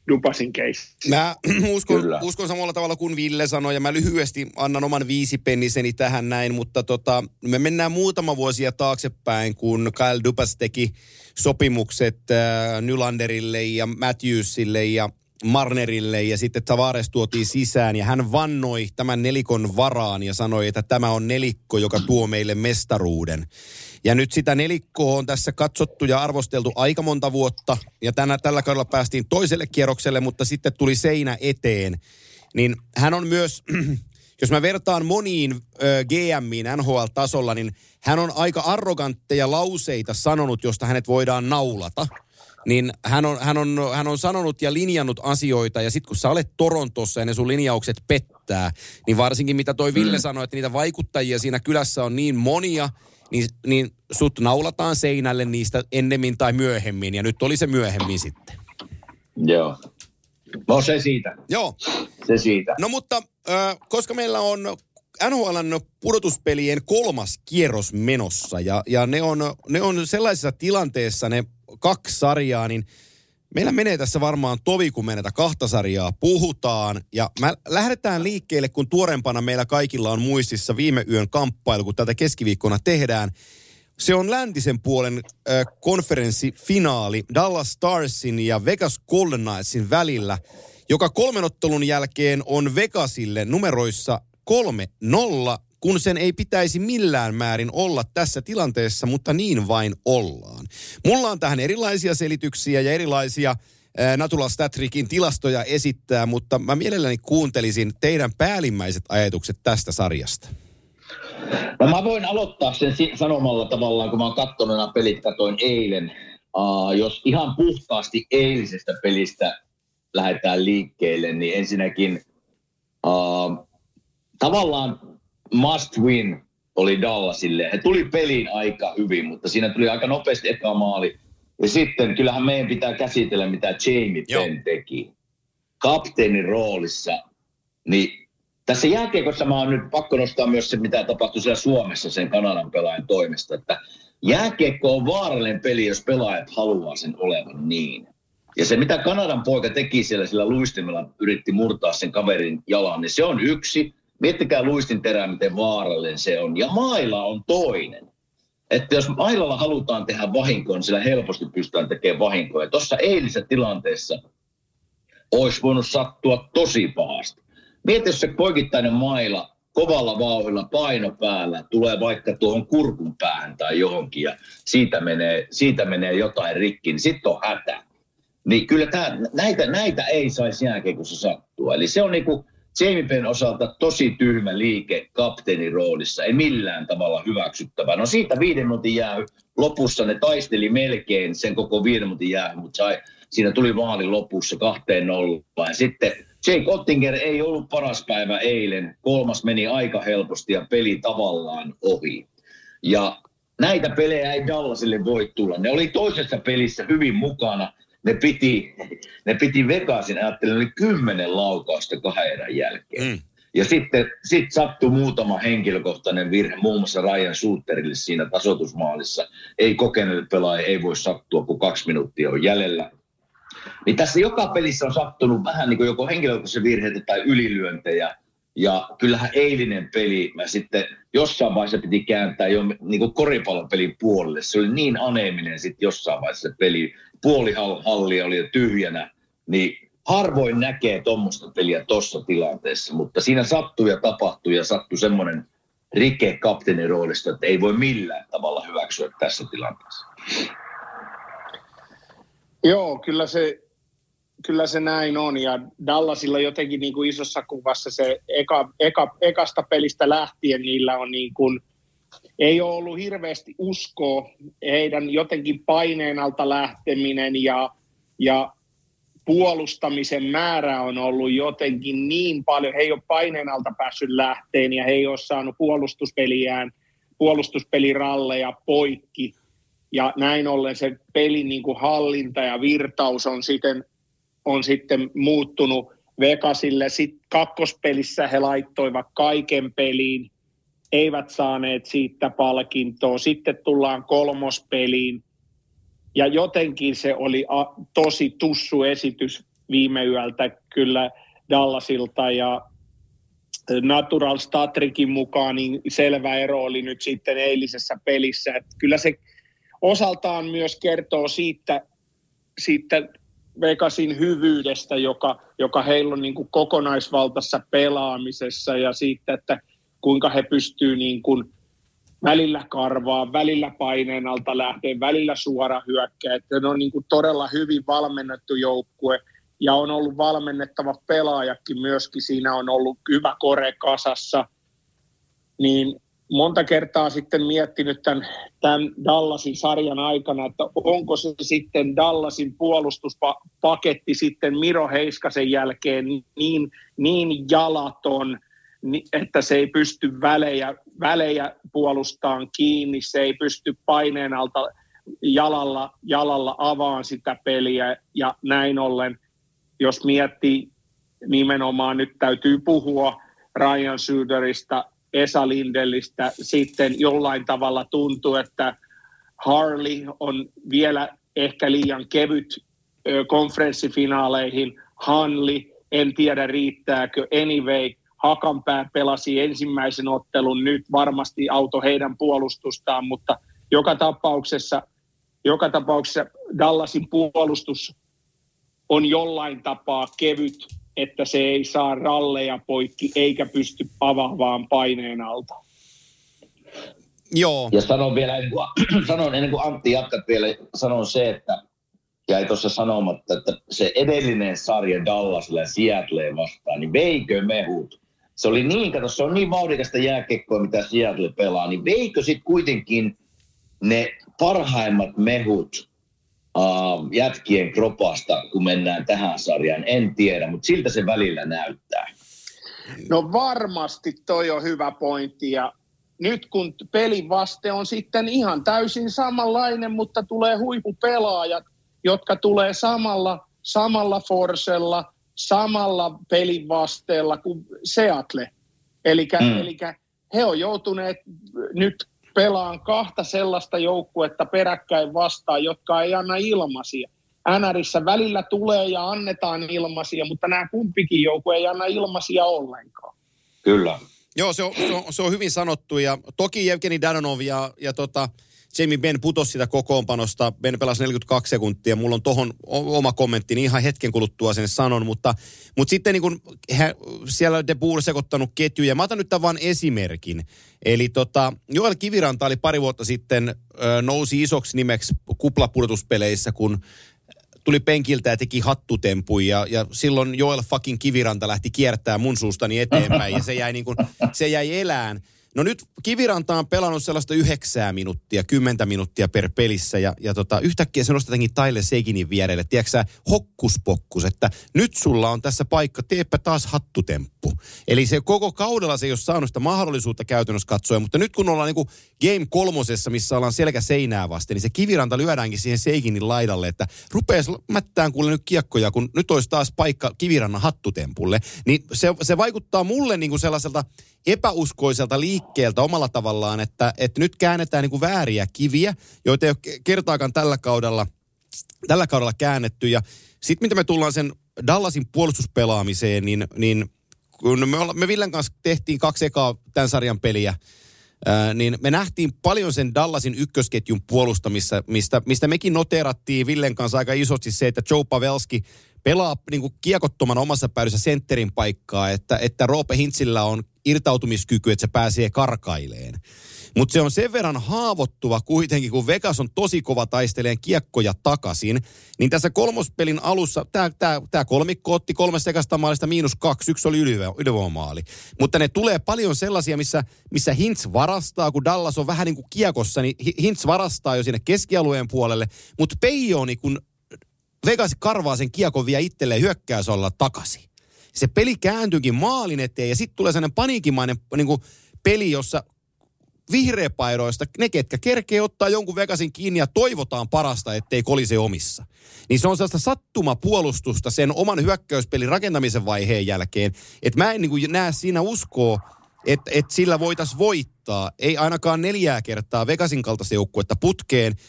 Dubasin keissi. Mä uskon, uskon samalla tavalla kuin Ville sanoi, ja mä lyhyesti annan oman viisipenniseni tähän näin, mutta tota, me mennään muutama vuosia taaksepäin, kun Kyle Dubas teki sopimukset äh, Nylanderille ja Matthewsille ja Marnerille, ja sitten Tavares tuotiin sisään, ja hän vannoi tämän nelikon varaan ja sanoi, että tämä on nelikko, joka tuo meille mestaruuden. Ja nyt sitä nelikkoa on tässä katsottu ja arvosteltu aika monta vuotta, ja tänä, tällä kaudella päästiin toiselle kierrokselle, mutta sitten tuli seinä eteen. Niin hän on myös, jos mä vertaan moniin ö, G M:iin N H L-tasolla, niin hän on aika arrogantteja lauseita sanonut, josta hänet voidaan naulata. Niin hän on, hän, on, hän on sanonut ja linjannut asioita, ja sitten kun sä olet Torontossa ja ne sun linjaukset pettää, niin varsinkin mitä toi Ville sanoi, että niitä vaikuttajia siinä kylässä on niin monia, niin, niin sut naulataan seinälle niistä ennemmin tai myöhemmin, ja nyt oli se myöhemmin sitten. Joo. No se siitä. Joo. Se siitä. No mutta, äh, koska meillä on N H L:n pudotuspelien kolmas kierros menossa, ja, ja ne, on, ne on sellaisessa tilanteessa ne kaksi sarjaa, niin meillä menee tässä varmaan tovi, kun me näitä kahta sarjaa puhutaan. Ja mä lähdetään liikkeelle, kun tuorempana meillä kaikilla on muistissa viime yön kamppailu, kun tätä keskiviikkona tehdään. Se on läntisen puolen äh, konferenssifinaali Dallas Starsin ja Vegas Golden Knightsin välillä, joka kolmen ottelun jälkeen on Vegasille numeroissa kolme nolla, kun sen ei pitäisi millään määrin olla tässä tilanteessa, mutta niin vain ollaan. Mulla on tähän erilaisia selityksiä ja erilaisia ää, Natural Stat-Trickin tilastoja esittää, mutta mä mielelläni kuuntelisin teidän päällimmäiset ajatukset tästä sarjasta. No mä voin aloittaa sen sanomalla tavallaan, kun mä oon katsonut nämä pelit, katoin eilen. Uh, jos ihan puhtaasti eilisestä pelistä lähdetään liikkeelle, niin ensinnäkin uh, tavallaan must win oli Dallasille. He tuli peliin aika hyvin, mutta siinä tuli aika nopeasti eka maali. Ja sitten kyllähän meidän pitää käsitellä, mitä Jamie Benn teki. Kapteenin roolissa. Niin tässä jääkiekossa mä oon nyt pakko nostaa myös se, mitä tapahtui siellä Suomessa sen Kanadan pelaajan toimesta. Että jääkiekko on vaarallinen peli, jos pelaajat haluaa sen olevan niin. Ja se, mitä Kanadan poika teki siellä sillä luistimella, yritti murtaa sen kaverin jalan, niin se on yksi. Miettikää luistin terää, miten vaarallinen se on. Ja maila on toinen. Että jos mailalla halutaan tehdä vahinkoa, niin sillä helposti pystytään tekemään vahinkoa. Ja tuossa eilisessä tilanteessa olisi voinut sattua tosi pahasti. Mieti, jos se poikittainen maila kovalla vauhdilla paino päällä tulee vaikka tuohon kurkun päähän tai johonkin ja siitä menee, siitä menee jotain rikki, niin sitten on hätä. Niin kyllä tää, näitä, näitä ei saisi jääkiekossa sattua. Eli se on niinku Jamie Benn osalta tosi tyhmä liike kapteenin roolissa, ei millään tavalla hyväksyttävää. No siitä viiden minuutin jäähy lopussa ne taisteli melkein sen koko viiden minuutin jäähy, mutta sai, siinä tuli maali lopussa kahteen nollaan. Ja sitten Jake Ottinger ei ollut paras päivä eilen, kolmas meni aika helposti ja peli tavallaan ohi. Ja näitä pelejä ei Dallasille voi tulla. Ne oli toisessa pelissä hyvin mukana. Ne piti, ne piti Vegasin, ajattelin, oli kymmenen laukausta kahden erän jälkeen. Mm. Ja sitten sit sattui muutama henkilökohtainen virhe, muun muassa Ryan Suterille siinä tasoitusmaalissa. Ei kokeneet pelaaja, ei voi sattua, kun kaksi minuuttia on jäljellä. Niin tässä joka pelissä on sattunut vähän niin kuin joko henkilökohtaisia virheitä tai ylilyöntejä. Ja kyllähän eilinen peli, mä sitten jossain vaiheessa piti kääntää jo niin kuin koripallopelin puolelle. Se oli niin aneeminen sitten jossain vaiheessa se peli. Puolihalli oli jo tyhjänä, niin harvoin näkee tuommoista peliä tuossa tilanteessa. Mutta siinä sattui ja tapahtui ja sattui semmoinen rike kapteenin roolista, että ei voi millään tavalla hyväksyä tässä tilanteessa. Joo, kyllä se, kyllä se näin on. Ja Dallasilla jotenkin niin kuin isossa kuvassa se eka, eka, ekasta pelistä lähtien niillä on niin kuin, ei ole ollut hirveästi uskoa. Heidän jotenkin paineen alta lähteminen ja, ja puolustamisen määrä on ollut jotenkin niin paljon. He ei ole paineen alta päässyt lähteen ja he ei ole saanut puolustuspeliään, puolustuspeliralleja poikki. Ja näin ollen se pelin niin kuin hallinta ja virtaus on sitten, on sitten muuttunut Vegasille. Sitten kakkospelissä he laittoivat kaiken peliin, eivät saaneet siitä palkintoa. Sitten tullaan kolmospeliin ja jotenkin se oli a, tosi tussu esitys viime yöltä kyllä Dallasilta ja Natural Statrikin mukaan, niin selvä ero oli nyt sitten eilisessä pelissä. Että kyllä se osaltaan myös kertoo siitä, siitä Vegasin hyvyydestä, joka, joka heillä on niin kuin kokonaisvaltaisessa pelaamisessa ja siitä, että kuinka he pystyvät niin kuin välillä karvaa, välillä paineen alta lähteen, välillä suora hyökkää. Että ne on niin kuin todella hyvin valmennettu joukkue ja on ollut valmennettava pelaajakin myöskin. Siinä on ollut hyvä kore kasassa. Niin monta kertaa sitten miettinyt tämän, tämän Dallasin sarjan aikana, että onko se sitten Dallasin puolustuspaketti sitten Miro Heiskasen jälkeen niin, niin jalaton, että se ei pysty välejä, välejä puolustamaan kiinni, se ei pysty paineen alta jalalla, jalalla avaan sitä peliä ja näin ollen, jos miettii nimenomaan, nyt täytyy puhua Ryan Suterista, Esa Lindellistä, sitten jollain tavalla tuntuu, että Harley on vielä ehkä liian kevyt ö, konferenssifinaaleihin, Hanley, en tiedä riittääkö, anyway, Hakanpää pelasi ensimmäisen ottelun, nyt varmasti auto heidän puolustustaan, mutta joka tapauksessa, joka tapauksessa Dallasin puolustus on jollain tapaa kevyt, että se ei saa ralleja poikki eikä pysty avaamaan paineen alta. Joo. Ja sanon vielä, ennen kuin, sanon, ennen kuin Antti jatkat vielä, sanon se, että jäi tuossa sanomatta, että se edellinen sarja Dallasille ja Seattleen vastaan, niin veikö mehut? Se oli niin, kato, se on niin vauhdikasta jääkiekkoa, mitä Seattle pelaa, niin veikö sitten kuitenkin ne parhaimmat mehut uh, jätkien kropasta, kun mennään tähän sarjaan? En tiedä, mutta siltä se välillä näyttää. No varmasti toi on hyvä pointti ja nyt kun pelin vaste on sitten ihan täysin samanlainen, mutta tulee huippupelaajat, jotka tulee samalla, samalla forsella, samalla pelin vasteella kuin Seattle. Elikkä, mm. elikkä he on joutuneet nyt pelaan kahta sellaista joukkuetta peräkkäin vastaan, jotka ei anna ilmaisia. N R:ssä välillä tulee ja annetaan ilmaisia, mutta nämä kumpikin joukkue ei anna ilmaisia ollenkaan. Kyllä. Joo, se on, se on, se on hyvin sanottu ja toki Evgeni Dadonov ja, ja tota, Jamie Benn putosi sitä kokoonpanosta. Benn pelasi neljäkymmentäkaksi sekuntia. Mulla on tohon oma kommentti, niin ihan hetken kuluttua sen sanon, mutta, mutta sitten niin kun he, siellä De Boer sekoittanut ketjuja. Mä otan nyt tämän vaan esimerkin. Eli tota, Joel Kiviranta oli pari vuotta sitten, ö, nousi isoksi nimeksi kuplapudotuspeleissä, kun tuli penkiltä ja teki hattutempuja ja, ja silloin Joel fucking Kiviranta lähti kiertämään mun suustani eteenpäin ja se jäi, niin kuin, se jäi elään. No nyt Kiviranta on pelannut sellaista yhdeksää minuuttia, kymmentä minuuttia per pelissä ja, ja tota, yhtäkkiä se nostetenkin Tyler Seguinin vierelle. Tiedätkö sä, hokkuspokkus, että nyt sulla on tässä paikka, teepä taas hattutemppu. Eli se koko kaudella se ei ole saanut sitä mahdollisuutta käytännössä katsoa, mutta nyt kun ollaan niin kuin game kolmosessa, missä ollaan selkä seinää vasten, niin se Kiviranta lyödäänkin siihen Seguinin laidalle, että rupeaa mättään kuule nyt kiekkoja, kun nyt olisi taas paikka Kivirannan hattutempulle. Niin se, se vaikuttaa mulle niin kuin sellaiselta epäuskoiselta liikkeeltä omalla tavallaan, että, että nyt käännetään niin kuin vääriä kiviä, joita ei ole kertaakaan tällä kaudella, tällä kaudella käännetty. Ja sitten mitä me tullaan sen Dallasin puolustuspelaamiseen, niin, niin kun me, olla, me Villen kanssa tehtiin kaksi ekaa tämän sarjan peliä, ää, niin me nähtiin paljon sen Dallasin ykkösketjun puolustamissa, mistä, mistä mekin noteerattiin Villen kanssa aika isosti se, että Joe Pavelski pelaa niin kuin kiekottoman omassa päädyssä sentterin paikkaa, että, että Roope Hintzillä on irtautumiskyky, että se pääsee karkaileen. Mutta se on sen verran haavoittuva kuitenkin, kun Vegas on tosi kova taisteleen kiekkoja takaisin, niin tässä kolmospelin alussa, tämä kolmikko otti kolmesta ekasta maalista miinus kaksi, yksi oli ylivoimaali. Mutta ne tulee paljon sellaisia, missä, missä Hintz varastaa, kun Dallas on vähän niin kuin kiekossa, niin Hintz varastaa jo sinne keskialueen puolelle, mutta Peijoni, kun Vegas karvaa sen kiekon vielä itselleen hyökkäysolla takaisin. Se peli kääntyykin maalin eteen ja sitten tulee sellainen paniikimainen niin kuin peli, jossa vihreäpairoista, ne ketkä kerkee ottaa jonkun Vegasin kiinni ja toivotaan parasta, ettei kolise omissa. Niin se on sellaista sattumapuolustusta sen oman hyökkäyspelin rakentamisen vaiheen jälkeen, että mä en niin kuin näe siinä uskoa, että, että sillä voitaisiin voittaa. Ei ainakaan neljää kertaa Vegasin kaltaista joukkuetta putkeen.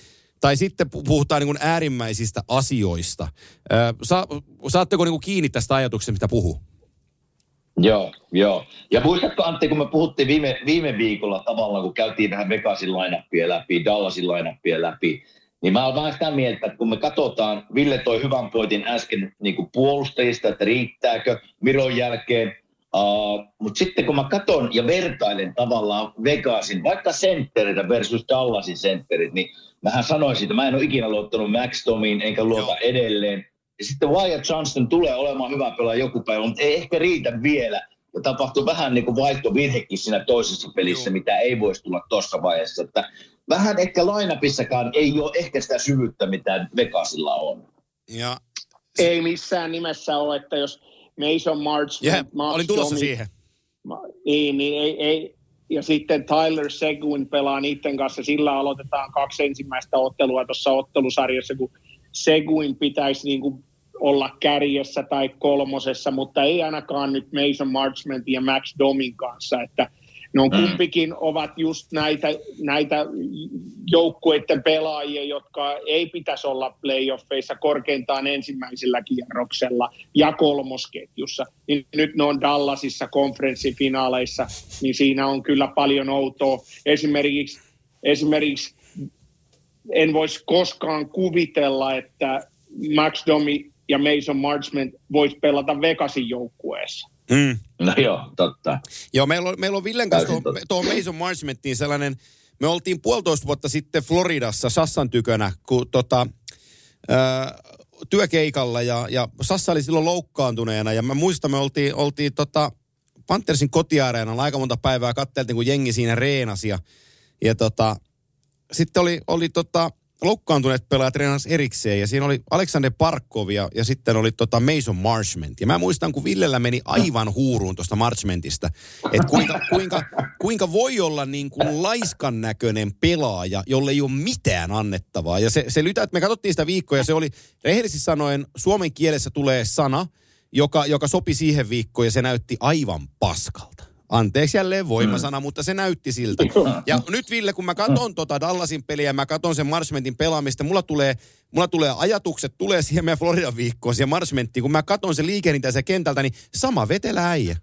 tai sitten puhutaan niin kuin äärimmäisistä asioista. Sa, saatteko niin kuin kiinni tästä ajatuksesta, mitä puhuu? Joo, joo. Ja muistatko Antti, kun me puhuttiin viime, viime viikolla tavallaan, kun käytiin vähän Vegasin line-upia läpi, Dallasin line-upia läpi, niin mä oon vähän sitä mieltä, että kun me katsotaan, Ville toi hyvän pointin äsken niin kuin puolustajista, että riittääkö Miron jälkeen, uh, mutta sitten kun mä katson ja vertailen tavallaan Vegasin, vaikka sentteritä versus Dallasin sentterit, niin mähän sanoin siitä, mä en ole ikinä luottanut Max Domiin, enkä luota Joo. edelleen. Ja sitten Wyatt Johnston tulee olemaan hyvä pelaaja joku päivä, mutta ei ehkä riitä vielä. Ja tapahtui vähän niin kuin vaihtovirhekin siinä toisessa pelissä, Joo. mitä ei voisi tulla tuossa vaiheessa. Että vähän ehkä line-upissakaan ei ole ehkä sitä syvyyttä, mitä Vegasilla on. Ja. Ei missään nimessä ole, että jos Mason March... Yeah, olin tulossa Domi, siihen. Niin, niin ei, ei. Ja sitten Tyler Seguin pelaa niiden kanssa. Sillä aloitetaan kaksi ensimmäistä ottelua tuossa ottelusarjassa, kun Seguin pitäisi niin kuin olla kärjessä tai kolmosessa, mutta ei ainakaan nyt Mason Marchmentin ja Max Domin kanssa, että ne on kumpikin ovat just näitä, näitä joukkueiden pelaajia, jotka ei pitäisi olla playoffeissa korkeintaan ensimmäisellä kierroksella ja kolmosketjussa. Niin nyt ne on Dallasissa konferenssifinaaleissa, niin siinä on kyllä paljon outoa. Esimerkiksi, esimerkiksi en voisi koskaan kuvitella, että Max Domi ja Mason Marchment vois pelata Vegasin joukkueessa. Mm. No joo, totta. Joo, meillä on, meillä on Villen kanssa tuohon tuo Mason Marchmentiin sellainen, me oltiin puolitoista vuotta sitten Floridassa Sassan tykönä, kun tota, ää, työkeikalla ja, ja Sassa oli silloin loukkaantuneena ja mä muistan, me oltiin, oltiin tota Panthersin kotiareenalla aika monta päivää, katteltiin kun jengi siinä reenasi ja, ja tota, sitten oli, oli tota, loukkaantuneet pelaajat treenasi erikseen ja siinä oli Alexander Barkov ja, ja sitten oli tota Mason Marchment. Ja mä muistan, kun Villellä meni aivan huuruun tuosta Marchmentista, että kuinka, kuinka, kuinka voi olla niin kuin laiskan näköinen pelaaja, jolle ei ole mitään annettavaa. Ja se, se lytä, että me katsottiin sitä viikkoa ja se oli rehellisesti sanoen, suomen kielessä tulee sana, joka, joka sopi siihen viikkoon ja se näytti aivan paskalta. Anteeksi jälleen voimasana, mm. mutta se näytti siltä. Ja nyt Ville, kun mä katson tota Dallasin peliä ja mä katson sen Marchmentin pelaamista, mulla tulee, mulla tulee ajatukset, tulee siihen meidän Floridan viikkoon, siihen Marchmenttiin. Kun mä katson sen liikehdintä kentältä, niin sama vetelä äijä.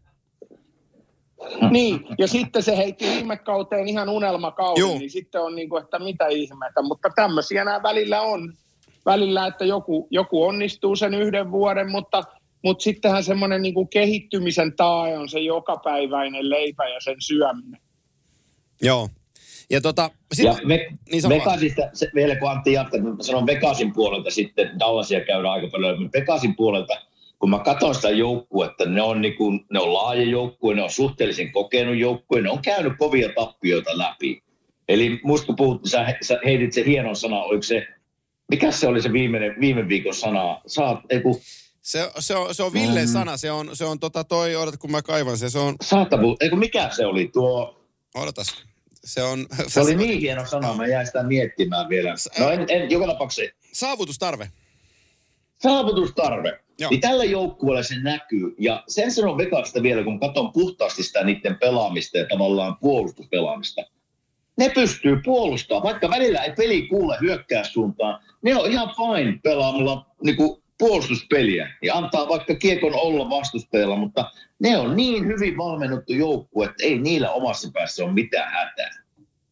Niin, ja sitten se heitti viime kauteen ihan unelmakauden, Joo. niin sitten on niin kuin, että mitä ihmeitä. Mutta tämmöisiä nämä välillä on. Välillä, että joku, joku onnistuu sen yhden vuoden, mutta... Mutta sittenhän semmoinen niinku kehittymisen tae on se jokapäiväinen leipä ja sen syöminen. Joo. Ja tota... Sit, ja ve, niin Vegasista, se, vielä kun Antti jatkaa, mä sanon Vegasin puolelta sitten, Dallasia käydään aika paljon, mutta Vegasin puolelta, kun mä katson sitä joukkuetta, ne on, niinku, ne on laaja joukkue, ne on suhteellisen kokenut joukkue, ne on käynyt kovia tappioita läpi. Eli musta kun puhut, sä, sä heitit se hienon sana, oliko se, mikä se oli se viimeinen, viime viikon sana? Saat, ei kun... Se, se, on, se on Villen mm. sana, se on, se on tota toi, odota kun mä kaivan sen, se on... Saatavuus, eikö mikä se oli tuo... Odotas, se on... Se oli niin hieno sana, mä jäin sitä miettimään vielä. No en, en joka tapauksessa... Saavutustarve. Saavutustarve. Joo. Niin tällä joukkueella se näkyy, ja sen sanon Vegasista vielä, kun katson puhtaasti sitä niiden pelaamista ja tavallaan puolustuspelaamista. Ne pystyy puolustamaan, vaikka välillä ei peli kuule hyökkäyssuuntaan, ne on ihan fine pelaamalla niinku... puolustuspeliä ja antaa vaikka kiekon olla vastustajalla, mutta ne on niin hyvin valmennettu joukkue, että ei niillä omassa päässä ole mitään hätää.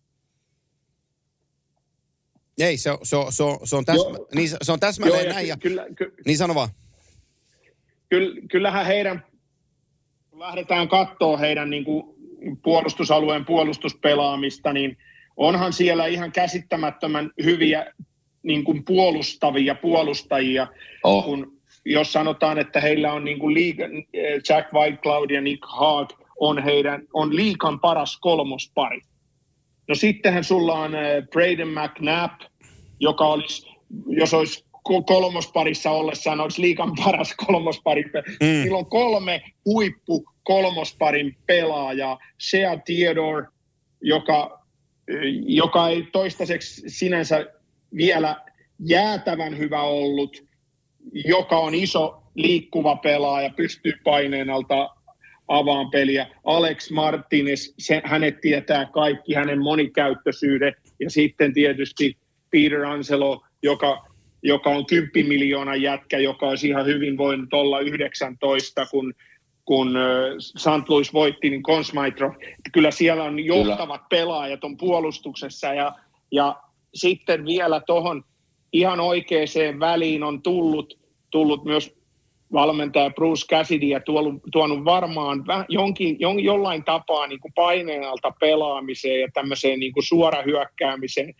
Ei, se on, se on, se on, se on, täsmä, niin, se on täsmälleen Joo, näin. Ja, kyllä, ky, niin sano vaan. Kyllä, kyllähän heidän, kun lähdetään katsoa heidän niin kuin puolustusalueen puolustuspelaamista, niin onhan siellä ihan käsittämättömän hyviä niin kuin puolustavia puolustajia, oh. kun jos sanotaan, että heillä on niin kuin liiga, Jack Whitecloud ja Nick Hague on heidän on liigan paras kolmospari. No sittenhän sulla on Braden McNabb, joka olisi, jos olisi kolmosparissa ollessaan, olisi liigan paras kolmospari. Mm. Sillä on kolme huippu kolmosparin pelaajaa. Shea Theodore, joka, joka ei toistaiseksi sinänsä vielä jäätävän hyvä ollut, joka on iso liikkuva pelaaja, pystyy paineen alta avaan peliä. Alex Martinez, se, hänet tietää kaikki, hänen monikäyttöisyyden ja sitten tietysti Peter Angelo, joka, joka on kymmenen miljoonan jätkä, joka olisi ihan hyvin voinut olla yhdeksäntoista, kun, kun Saint Louis voitti, niin Conn Smythe. Kyllä siellä on johtavat Kyllä. pelaajat on puolustuksessa ja, ja sitten vielä tuohon ihan oikeaan väliin on tullut, tullut myös valmentaja Bruce Cassidy ja tuonut, tuonut varmaan jonkin, jon, jollain tapaa niin kuin paineen alta pelaamiseen ja tämmöiseen niin kuin suorahyökkäämiseen,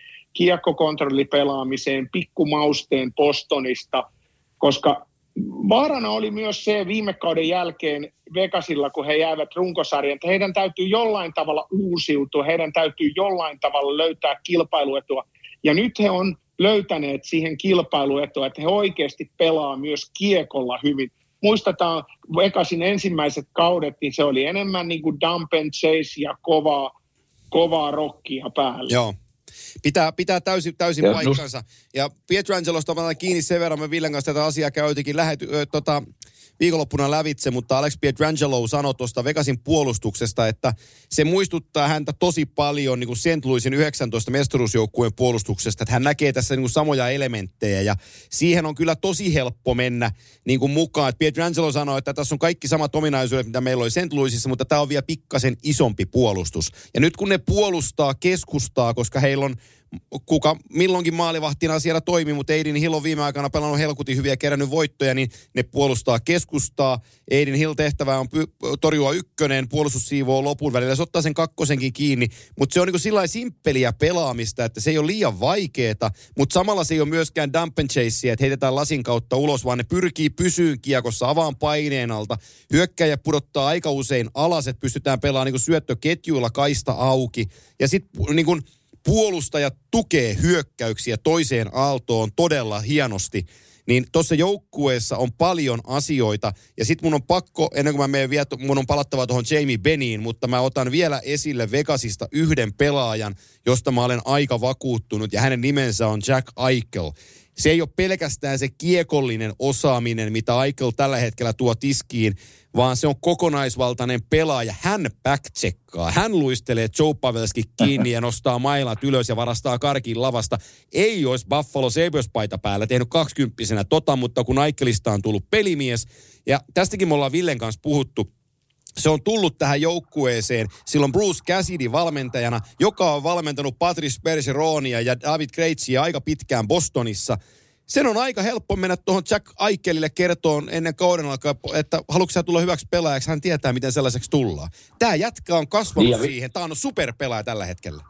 kiekkokontrollipelaamiseen, pikkumausteen Bostonista, koska vaarana oli myös se viime kauden jälkeen Vegasilla, kun he jäävät runkosarjan, että heidän täytyy jollain tavalla uusiutua, heidän täytyy jollain tavalla löytää kilpailuetua. Ja nyt he on löytäneet siihen kilpailuetua, että he oikeasti pelaa myös kiekolla hyvin. Muistetaan Vegasin ensimmäiset kaudet, niin se oli enemmän niin kuin dump and chase ja kovaa, kovaa rockia päällä. Joo. Pitää, pitää täysin, täysin ja paikkansa. Just. Ja Pietrangelosta otetaan kiinni sen verran, me Villen kanssa tätä asiaa käytikin lähety, ö, tota, viikonloppuna lävitse, mutta Alex Pietrangelo sanoi tuosta Vegasin puolustuksesta, että se muistuttaa häntä tosi paljon niin kuin Saint Louisin yhdeksäntoista mestaruusjoukkueen puolustuksesta, että hän näkee tässä niin kuin samoja elementtejä ja siihen on kyllä tosi helppo mennä niin kuin mukaan. Et Pietrangelo sanoi, että tässä on kaikki samat ominaisuudet, mitä meillä oli Saint Louisissa, mutta tämä on vielä pikkasen isompi puolustus. Ja nyt kun ne puolustaa, keskustaa, koska heillä on kuka milloinkin maalivahtina siellä toimi, mutta Aiden Hill on viime aikana pelannut helkutin hyviä ja kerännyt voittoja, niin ne puolustaa keskustaa. Aiden Hill tehtävä on py- torjua ykkönen, puolustus siivoo lopun välillä. Se ottaa sen kakkosenkin kiinni, mutta se on niin sillä lailla simppeliä pelaamista, että se ei ole liian vaikeeta, mutta samalla se ei ole myöskään dump and chasea, että heitetään lasin kautta ulos, vaan ne pyrkii pysyyn kiekossa avaan paineen alta. Hyökkäjä pudottaa aika usein alas, että pystytään pelaamaan niin syöttöketjuilla kaista auki. Ja sitten niin kuin puolustajat tukee hyökkäyksiä toiseen aaltoon todella hienosti, niin tuossa joukkueessa on paljon asioita. Ja sitten mun on pakko, ennen kuin mä menen vielä, mun on palattava tuohon Jamie Benniin, mutta mä otan vielä esille Vegasista yhden pelaajan, josta mä olen aika vakuuttunut, ja hänen nimensä on Jack Eichel. Se ei ole pelkästään se kiekollinen osaaminen, mitä Eichel tällä hetkellä tuo tiskiin, vaan se on kokonaisvaltainen pelaaja. Hän backcheckkaa. Hän luistelee Joe Pavelski kiinni ja nostaa mailat ylös ja varastaa karkin lavasta. Ei olisi Buffalo Sabres-paita päällä tehnyt kaksikymppisenä tota, mutta kun Eichelista on tullut pelimies. Ja tästäkin me ollaan Villen kanssa puhuttu. Se on tullut tähän joukkueeseen silloin Bruce Cassidy valmentajana, joka on valmentanut Patrice Bergeronia ja David Krejcia aika pitkään Bostonissa. Sen on aika helppo mennä tuohon Jack Eichelille kertoon ennen kauden alkaa, että haluatko sä tulla hyväksi pelaajaksi, hän tietää, miten sellaiseksi tullaan. Tämä jätkä on kasvanut niin, siihen, tämä on superpelaaja tällä hetkellä.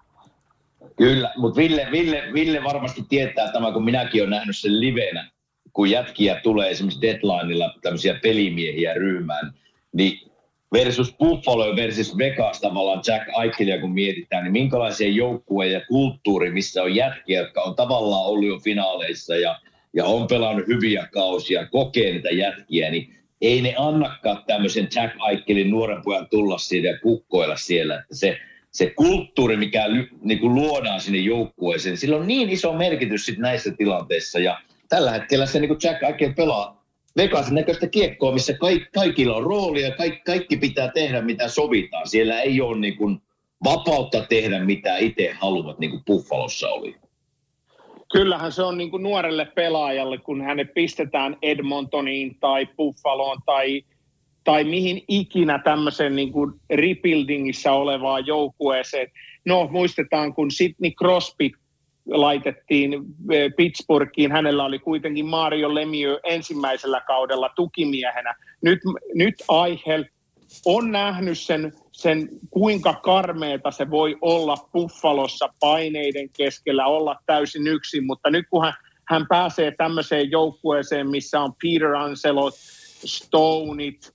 Kyllä, mutta Ville, Ville, Ville varmasti tietää tämä, kun minäkin olen nähnyt sen livenä, kun jätkiä tulee esimerkiksi deadlineilla tämmöisiä pelimiehiä ryhmään, niin versus Buffalo versus Vegas tavallaan Jack Eichelia, kun mietitään, niin minkälaisia joukkueja ja kulttuuri, missä on jätkiä, jotka on tavallaan ollut jo finaaleissa ja, ja on pelannut hyviä kausia, kokee niitä jätkiä, niin ei ne annakaan tämmöisen Jack Eichelin nuoren pojan tulla siitä ja kukkoilla siellä. Että se, se kulttuuri, mikä niin kuin luodaan sinne joukkueeseen, sillä on niin iso merkitys sit näissä tilanteissa ja tällä hetkellä se niin kuin Jack Eichel pelaa Vegasin näköistä kiekkoa, missä kaikki, kaikilla on roolia ja kaikki, kaikki pitää tehdä, mitä sovitaan. Siellä ei ole niin kuin vapautta tehdä, mitä itse haluavat, niin kuin Buffalossa oli. Kyllähän se on niin kuin nuorelle pelaajalle, kun hänet pistetään Edmontoniin tai Buffaloon tai, tai mihin ikinä tämmöisen niin kuin rebuildingissä olevaan joukkueeseen. No muistetaan, kun Sidney Crosby laitettiin Pittsburghiin. Hänellä oli kuitenkin Mario Lemieux ensimmäisellä kaudella tukimiehenä. Nyt, nyt Eichel on nähnyt sen, sen, kuinka karmeeta se voi olla Buffalossa paineiden keskellä, olla täysin yksin, mutta nyt kun hän, hän pääsee tämmöiseen joukkueeseen, missä on Peter Ancelot, Stoneit,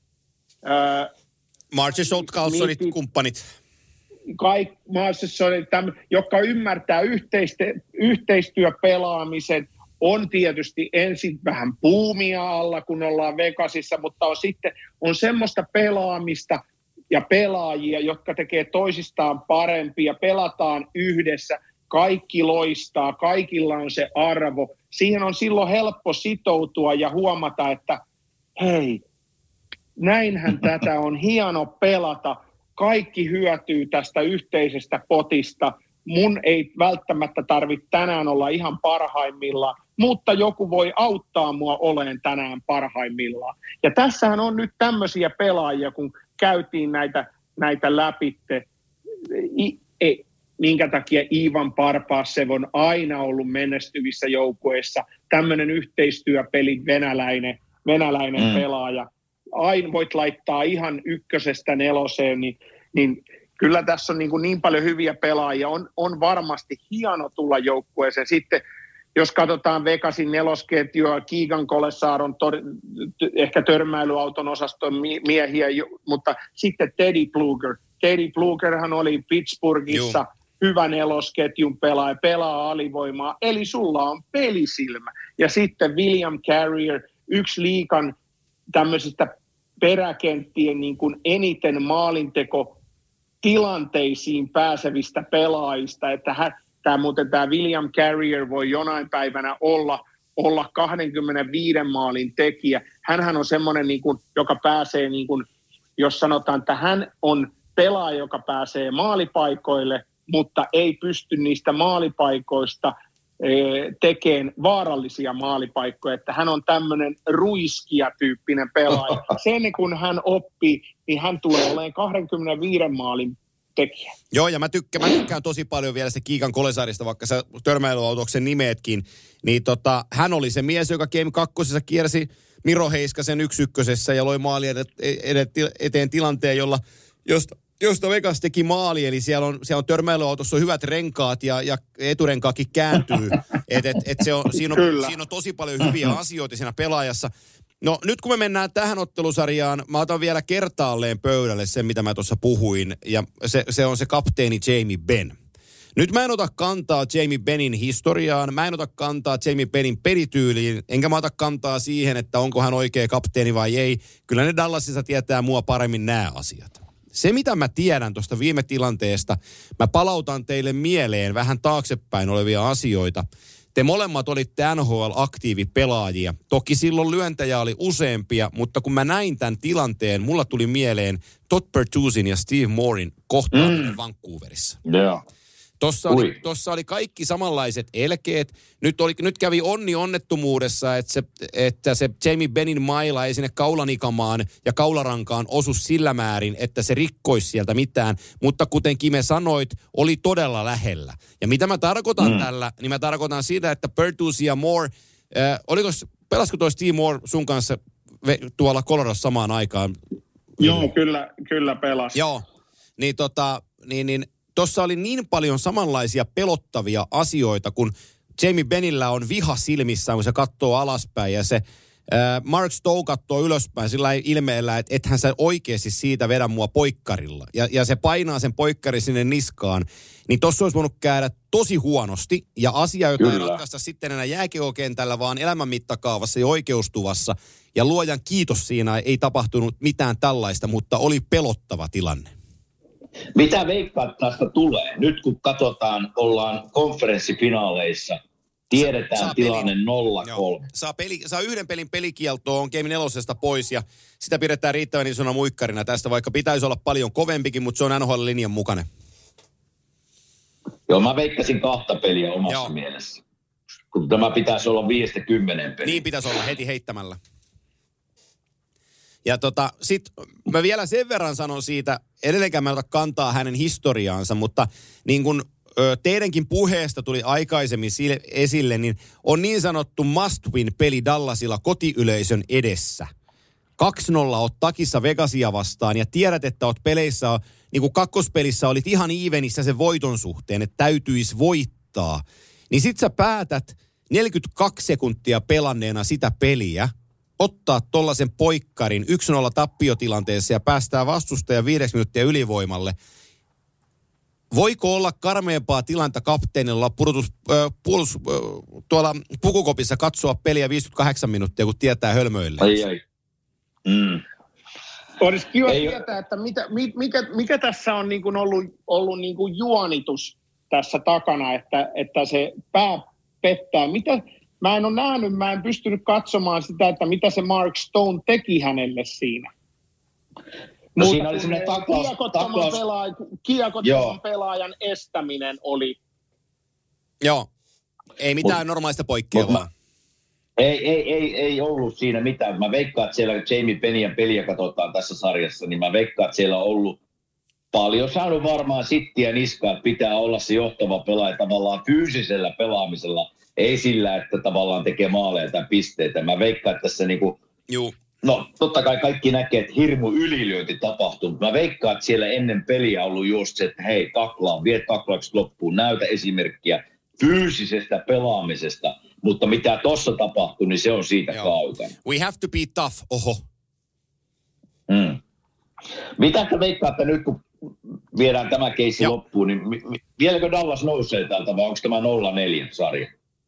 äh, Marcus Oltkalsonit, kumppanit. Kaikki, jotka ymmärtää yhteiste, yhteistyöpelaamisen, on tietysti ensin vähän buumia alla, kun ollaan Vegasissa, mutta on sitten on semmoista pelaamista ja pelaajia, jotka tekee toisistaan parempia, pelataan yhdessä, kaikki loistaa, kaikilla on se arvo. Siihen on silloin helppo sitoutua ja huomata, että hei, näinhän tätä on hieno pelata. Kaikki hyötyy tästä yhteisestä potista. mun ei välttämättä tarvitse tänään olla ihan parhaimmillaan, mutta joku voi auttaa mua oleen tänään parhaimmillaan. Ja tässähän on nyt tämmöisiä pelaajia, kun käytiin näitä, näitä läpitte, I, ei, minkä takia Ivan Parpassev on aina ollut menestyvissä joukkueissa, tämmöinen yhteistyöpeli venäläinen, venäläinen mm. pelaaja. Aina voit laittaa ihan ykkösestä neloseen, niin, niin kyllä tässä on niin, kuin niin paljon hyviä pelaajia. On, on varmasti hieno tulla joukkueeseen. Sitten jos katsotaan Vegasin nelosketjua, Keegan Kolesar on tor, ehkä törmäilyauton osaston miehiä, mutta sitten Teddy Bluger. Teddy Blugerhan oli Pittsburghissa Juh. hyvä nelosketjun pelaaja, pelaa alivoimaa, eli sulla on pelisilmä. Ja sitten William Carrier, yksi liigan tämmöisistä peräkenttien niin kuin eniten maalinteko tilanteisiin pääsevistä pelaajista, että hän, tämä, muuten tämä William Carrier voi jonain päivänä olla, olla kaksikymmentäviisi maalin tekijä. Hänhän on semmoinen, niin kuin, joka pääsee, niin kuin, jos sanotaan, että hän on pelaaja, joka pääsee maalipaikoille, mutta ei pysty niistä maalipaikoista tekemään vaarallisia maalipaikkoja, että hän on tämmöinen ruiskia-tyyppinen pelaaja. Sen kun hän oppii, niin hän tulee olemaan kaksikymmentäviisi maalin tekijä. Joo, ja mä tykkään, mä tykkään tosi paljon vielä se Keegan Kolesarista, vaikka sä törmäilyautoksen nimeetkin, niin tota, hän oli se mies, joka Game kakkosessa kiersi Miro Heiskasen yksi ykkösessä ja loi maali eteen tilanteen, jolla, josta josta Vegas teki maali, eli siellä on, siellä on törmäilyautossa on hyvät renkaat ja, ja eturenkaakin kääntyy. Et, et, et se on, siinä, on, siinä on tosi paljon hyviä asioita siinä pelaajassa. No nyt kun me mennään tähän ottelusarjaan, mä otan vielä kertaalleen pöydälle sen, mitä mä tuossa puhuin, ja se, se on se kapteeni Jamie Benn. Nyt mä en ota kantaa Jamie Bennin historiaan, mä en ota kantaa Jamie Bennin pelityyliin, enkä mä ota kantaa siihen, että onko hän oikea kapteeni vai ei. Kyllä ne Dallasissa tietää mua paremmin nämä asiat. Se, mitä mä tiedän tuosta viime tilanteesta, mä palautan teille mieleen vähän taaksepäin olevia asioita. Te molemmat olitte N H L-aktiivipelaajia. Toki silloin lyöntäjä oli useampia, mutta kun mä näin tämän tilanteen, mulla tuli mieleen Todd Bertuzin ja Steve Moorin kohtaaminen mm. Vancouverissa. Yeah. Tossa oli, tossa oli kaikki samanlaiset elkeet. Nyt, oli, nyt kävi onni onnettomuudessa, että se, että se Jamie Bennin maila ei sinne kaulanikamaan ja kaularankaan osu sillä määrin, että se rikkoisi sieltä mitään. Mutta kuten Kime sanoit, oli todella lähellä. Ja mitä mä tarkoitan mm. tällä, niin mä tarkoitan sitä, että Bertuzzi ja Moore, äh, oliko, pelasko toi Steve Moore sun kanssa tuolla Coloradossa samaan aikaan? Joo, kyllä, kyllä pelasi. Joo, niin tota, niin, niin tuossa oli niin paljon samanlaisia pelottavia asioita, kun Jamie Bennillä on viha silmissään, kun se katsoo alaspäin ja se äh, Mark Stowe katsoo ylöspäin sillä ilmeellä, että ethän sä oikeasti siitä vedä mua poikkarilla. Ja, ja se painaa sen poikkarin sinne niskaan. Niin tossa olisi voinut käydä tosi huonosti ja asia, jota ei ratkaista sitten enää jääkiekokentällä, vaan elämän mittakaavassa ja oikeustuvassa. Ja luojan kiitos, siinä ei tapahtunut mitään tällaista, mutta oli pelottava tilanne. Mitä veikkaat tästä tulee? Nyt kun katsotaan, ollaan konferenssifinaaleissa, tiedetään saa tilanne peli, nolla kolme. Saa, peli, saa yhden pelin pelikieltoa, on Game nelosesta pois ja sitä pidetään riittävän isona muikkarina tästä, vaikka pitäisi olla paljon kovempikin, mutta se on N H L-linjan mukainen. Joo, mä veikkasin kahta peliä omassa Joo. mielessä. Kun tämä pitäisi olla viidestä kymmeneen peliä. Niin pitäisi olla heti heittämällä. Ja tota, sit mä vielä sen verran sanon siitä, edelleenkään mä en ota kantaa hänen historiaansa, mutta niin kuin ö, teidänkin puheesta tuli aikaisemmin sille, esille, niin on niin sanottu must win peli Dallasilla kotiyleisön edessä. kaksi nolla oot takissa Vegasia vastaan ja tiedät, että oot peleissä, niin kuin kakkospelissä olit ihan evenissä sen voiton suhteen, että täytyisi voittaa. Niin sit sä päätät neljäkymmentäkaksi sekuntia pelanneena sitä peliä, ottaa tollaisen poikkarin yksi nolla tappiotilanteessa ja päästää vastustajan viideksi minuuttia ylivoimalle. Voiko olla karmeampaa tilanta kapteenilla pudotus, äh, puolus, äh, tuolla pukukopissa katsoa peliä viisikymmentäkahdeksan minuuttia, kun tietää hölmöille? Ai ai. Mm. Olisi kiva Ei tietää, että mitä, mikä, mikä tässä on niin kuin ollut, ollut niin kuin juonitus tässä takana, että, että se pää pettää. Mitä... Mä en ole nähnyt, mä en pystynyt katsomaan sitä, että mitä se Mark Stone teki hänelle siinä. No siinä oli semmoinen taklaus. Kiekottoman, pelaajan, kiekottoman pelaajan estäminen oli. Joo. Ei mitään mut, normaalista poikkeavaa. Ei, ei, ei, ei ollut siinä mitään. Mä veikkaan, että siellä Jamie Pennyn peliä katsotaan tässä sarjassa, niin mä veikkaan, että siellä on ollut paljon saanut varmaan sittiä niskaa, että pitää olla se johtava pelaaja tavallaan fyysisellä pelaamisella, ei sillä, että tavallaan tekee maaleja tai pisteitä. Mä veikkaan, että tässä niinku, Juu. no totta kai kaikki näkee, että hirmu ylilyönti tapahtuu, mutta mä veikkaan, että siellä ennen peliä on ollut just se, että hei, taklaa, vie taklaukset loppuun, näytä esimerkkiä fyysisestä pelaamisesta, mutta mitä tossa tapahtuu, niin se on siitä kaukana. We have to be tough, oho. Mm. Mitä te veikkaatte nyt, kun viedään tämä keissi loppuun, niin vieläkö Dallas nousee täältä vai onko tämä nolla neljä sarja?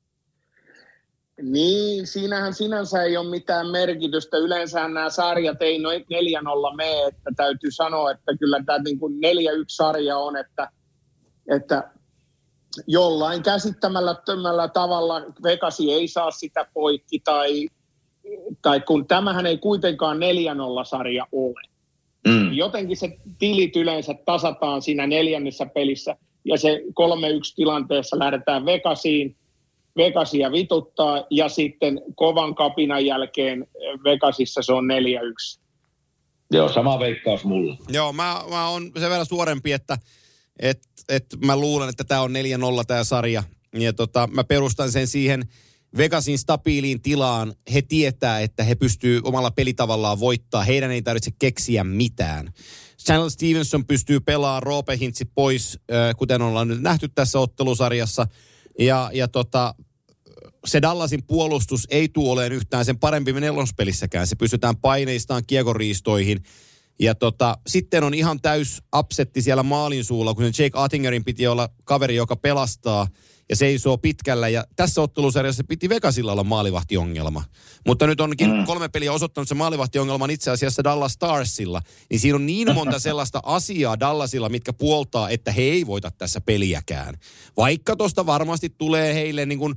Niin, siinähän sinänsä ei ole mitään merkitystä. Yleensä nämä sarjat ei noin neljä nolla mene, että täytyy sanoa, että kyllä tämä niin kuin neljä yksi sarja on, että, että jollain käsittämättömällä tavalla Vegasi ei saa sitä poikki, tai, tai kun tämähän ei kuitenkaan neljä nolla sarja ole. Mm. Jotenkin se tilit yleensä tasataan siinä neljännessä pelissä, ja se kolme yksi tilanteessa lähdetään Vegasiin, Vegasia vituttaa, ja sitten kovan kapinan jälkeen Vegasissa se on neljä yksi. Joo, sama veikkaus mulla. Joo, mä, mä oon sen verran suorempi, että et, et mä luulen, että tää on neljä nolla tää sarja. Ja tota, mä perustan sen siihen Vegasin stabiiliin tilaan. He tietää, että he pystyy omalla pelitavallaan voittaa. Heidän ei tarvitse keksiä mitään. Chandler Stevenson pystyy pelaamaan Roope Hintsi pois, kuten ollaan nyt nähty tässä ottelusarjassa. Ja, ja tota, se Dallasin puolustus ei tule olemaan yhtään sen parempi nelospelissäkään. Se pystytään paineistaan kiekoriistoihin. Ja tota, sitten on ihan täys upsetti siellä maalin suulla, kun Jake Ottingerin piti olla kaveri, joka pelastaa ja seisoo pitkällä. Ja tässä ottelusarjassa piti Vegasilla olla maalivahtiongelma. Mutta nyt onkin mm. kolme peliä osoittanut se maalivahtiongelman itse asiassa Dallas Starsilla. Niin siinä on niin monta sellaista asiaa Dallasilla, mitkä puoltaa, että he ei voita tässä peliäkään. Vaikka tosta varmasti tulee heille niin kuin,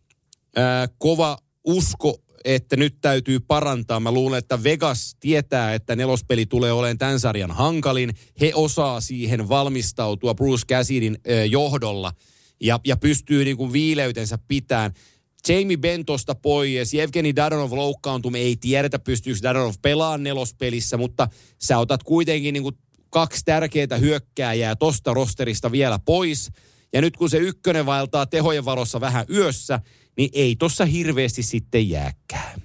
ää, kova usko, että nyt täytyy parantaa. Mä luulen, että Vegas tietää, että nelospeli tulee olemaan tämän sarjan hankalin. He osaa siihen valmistautua Bruce Cassidyn äh, johdolla ja, ja pystyy niin kuin viileytensä pitämään. Jamie Benn tosta pois, Evgeni Dadonov loukkaantui, me ei tiedetä pystyykö Dadonov pelaamaan nelospelissä, mutta sä otat kuitenkin niin kuin kaksi tärkeää hyökkääjää tosta rosterista vielä pois. Ja nyt kun se ykkönen vaeltaa tehojen valossa vähän yössä, niin ei tossa hirveästi sitten jääkään.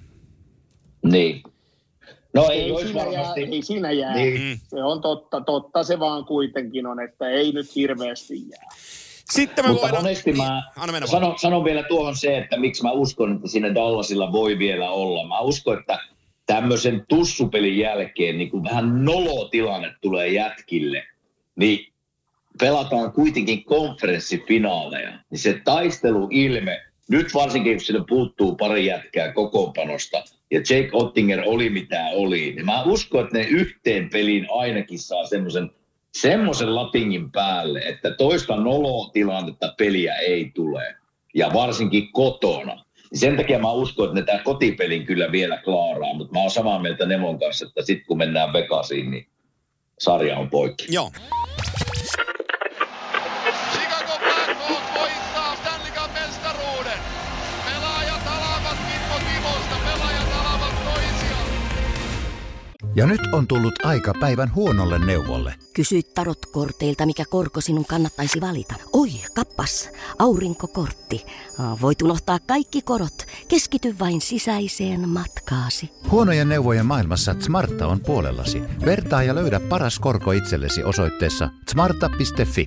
Niin. No ei, ei, siinä, varmasti... jää, ei siinä jää. Niin. Se on totta, totta se vaan kuitenkin on, että ei nyt hirveästi jää. Sitten me Mutta voidaan... monesti mä niin. sanon, sanon vielä tuohon se, että miksi mä uskon, että siinä Dallasilla voi vielä olla. Mä uskon, että tämmöisen tussupelin jälkeen niin kun vähän nolotilanne tulee jätkille, niin pelataan kuitenkin konferenssifinaaleja. Niin se taisteluilme, nyt varsinkin kun sille puuttuu pari jätkää kokoonpanosta, ja Jake Ottinger oli mitä oli, niin mä uskon, että ne yhteen peliin ainakin saa semmoisen semmoisen latingin päälle, että toista nolotilannetta peliä ei tule, ja varsinkin kotona. Sen takia mä uskon, että ne tämä kotipelin kyllä vielä klaaraa, mutta mä oon samaa mieltä Nemon kanssa, että sitten kun mennään Vegasiin, niin sarja on poikki. Joo. Chicago Blackhawks voittaa Stanley Cup -mestaruuden. Pelaajat alavat Kimmo Timosta, pelaajat alavat toisiaan. Ja nyt on tullut aika päivän huonolle neuvolle. Kysy tarotkorteilta, mikä korko sinun kannattaisi valita. Oi, kappas, aurinkokortti. Voit unohtaa kaikki korot. Keskity vain sisäiseen matkaasi. Huonojen neuvojen maailmassa Smarta on puolellasi. Vertaa ja löydä paras korko itsellesi osoitteessa smarta piste fi.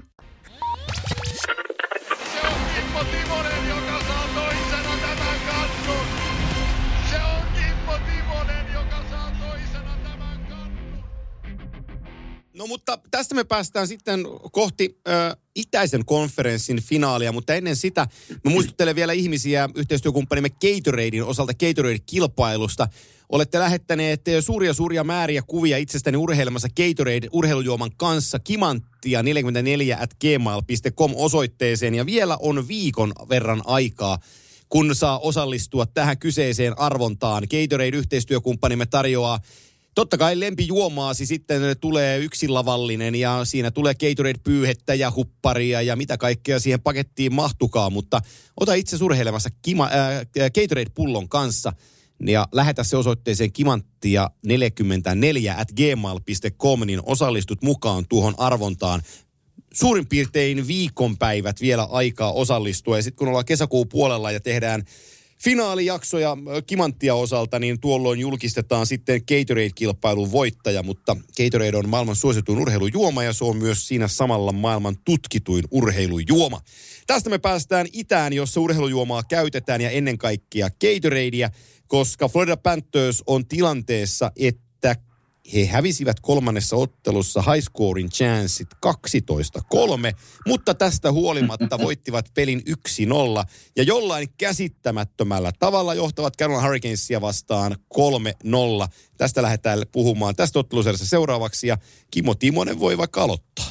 Se on Kimmo Timonen, joka saa toisena tämän kannun. Se on Kimmo Timonen, joka saa toisena tämän kannun. No mutta tästä me päästään sitten kohti ö, itäisen konferenssin finaalia, mutta ennen sitä mä muistuttelen vielä ihmisiä yhteistyökumppanimme Gatoradein osalta Gatorade-kilpailusta. Olette lähettäneet suuria suuria määriä kuvia itsestäni urheilemassa Gatorade-urheilujuoman kanssa kimanttia neljäkymmentäneljä at gmail piste com osoitteeseen ja vielä on viikon verran aikaa, kun saa osallistua tähän kyseiseen arvontaan. Gatorade-yhteistyökumppanimme tarjoaa Totta kai lempijuomaasi sitten tulee yksillavallinen ja siinä tulee Gatorade-pyyhettä ja hupparia ja mitä kaikkea siihen pakettiin mahtukaa, mutta ota itse urheilemassa kima, äh, Gatorade-pullon kanssa ja lähetä se osoitteeseen kimanttia neljäkymmentäneljä at gmail piste com, niin osallistut mukaan tuohon arvontaan. Suurin piirtein viikonpäivät vielä aikaa osallistua ja sitten kun ollaan kesäkuun puolella ja tehdään finaalijaksoja kimanttia osalta, niin tuolloin julkistetaan sitten Gatorade-kilpailun voittaja, mutta Gatorade on maailman suosituin urheilujuoma ja se on myös siinä samalla maailman tutkituin urheilujuoma. Tästä me päästään itään, jossa urheilujuomaa käytetään ja ennen kaikkea Gatoradea, koska Florida Panthers on tilanteessa, että he hävisivät kolmannessa ottelussa high scoring chanceit kaksitoista kolme, mutta tästä huolimatta voittivat pelin yksi nolla ja jollain käsittämättömällä tavalla johtavat Carolina Hurricanesia vastaan kolme nolla. Tästä lähdetään puhumaan tästä ottelusarjassa seuraavaksi ja Kimmo Timonen voi vaikka aloittaa.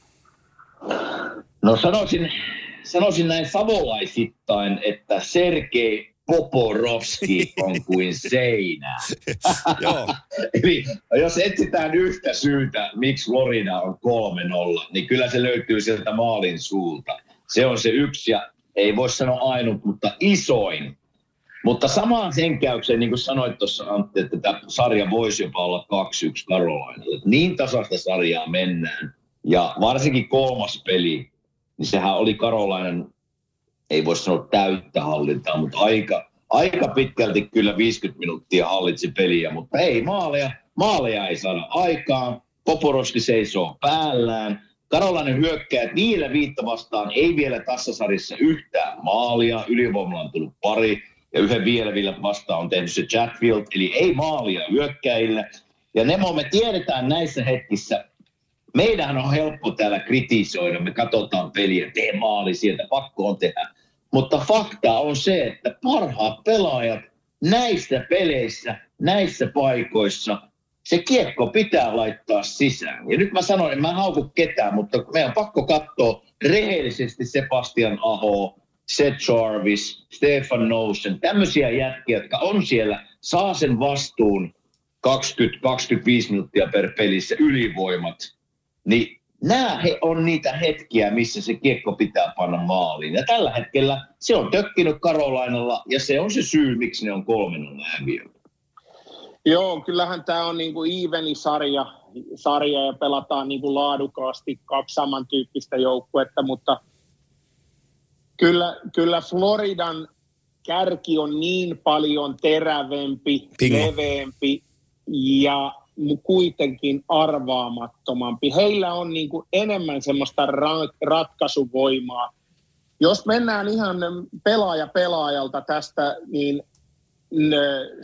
No sanoisin, sanoisin näin savolaisittain, että Sergei Poporovski on kuin seinä. Joo. Eli jos etsitään yhtä syytä, miksi Florida on kolme nolla, niin kyllä se löytyy sieltä maalin suulta. Se on se yksi ja ei voi sanoa ainut, mutta isoin. Mutta samaan senkäykseen, niin kuin sanoit tuossa Antti, että tämä sarja voisi jopa olla kaksi yksi Carolinalle. Niin tasaista sarjaa mennään. Ja varsinkin kolmas peli, niin sehän oli Carolinan, ei voi sanoa täyttä hallintaa, mutta aika, aika pitkälti kyllä viisikymmentä minuuttia hallitsi peliä, mutta ei maaleja, maaleja ei saada aikaan. Poporoski seisoo päällään. Carolina hyökkäät niillä viittä vastaan ei vielä tässä sarjassa yhtään maalia. Ylivoimalla on tullut pari ja yhden vielä vastaan on tehnyt se Chatfield, eli ei maalia hyökkäillä. Ja Nemo, me tiedetään näissä hetkissä, meidän on helppo täällä kritisoida, me katsotaan peliä, tee maali sieltä, pakko on tehdä. Mutta fakta on se, että parhaat pelaajat näissä peleissä, näissä paikoissa, se kiekko pitää laittaa sisään. Ja nyt mä sanon, en mä hauku ketään, mutta meidän on pakko katsoa rehellisesti Sebastian Aho, Seth Jarvis, Stefan Noesen, tämmöisiä jätkiä, jotka on siellä, saa sen vastuun kaksikymmentä kaksikymmentäviisi minuuttia per pelissä ylivoimat. Niin nämä he on niitä hetkiä, missä se kiekko pitää panna maaliin. Ja tällä hetkellä se on tökkinyt Carolinalla ja se on se syy, miksi ne on kolme nolla häviöllä. Joo, kyllähän tämä on niinku eveni sarja, sarja ja pelataan niinku laadukkaasti kaksi samantyyppistä joukkuetta, mutta kyllä, kyllä Floridan kärki on niin paljon terävempi, Pingo. leveämpi ja kuitenkin arvaamattomampi. Heillä on niin kuin enemmän semmoista ra- ratkaisuvoimaa. Jos mennään ihan pelaaja pelaajalta tästä, niin ne,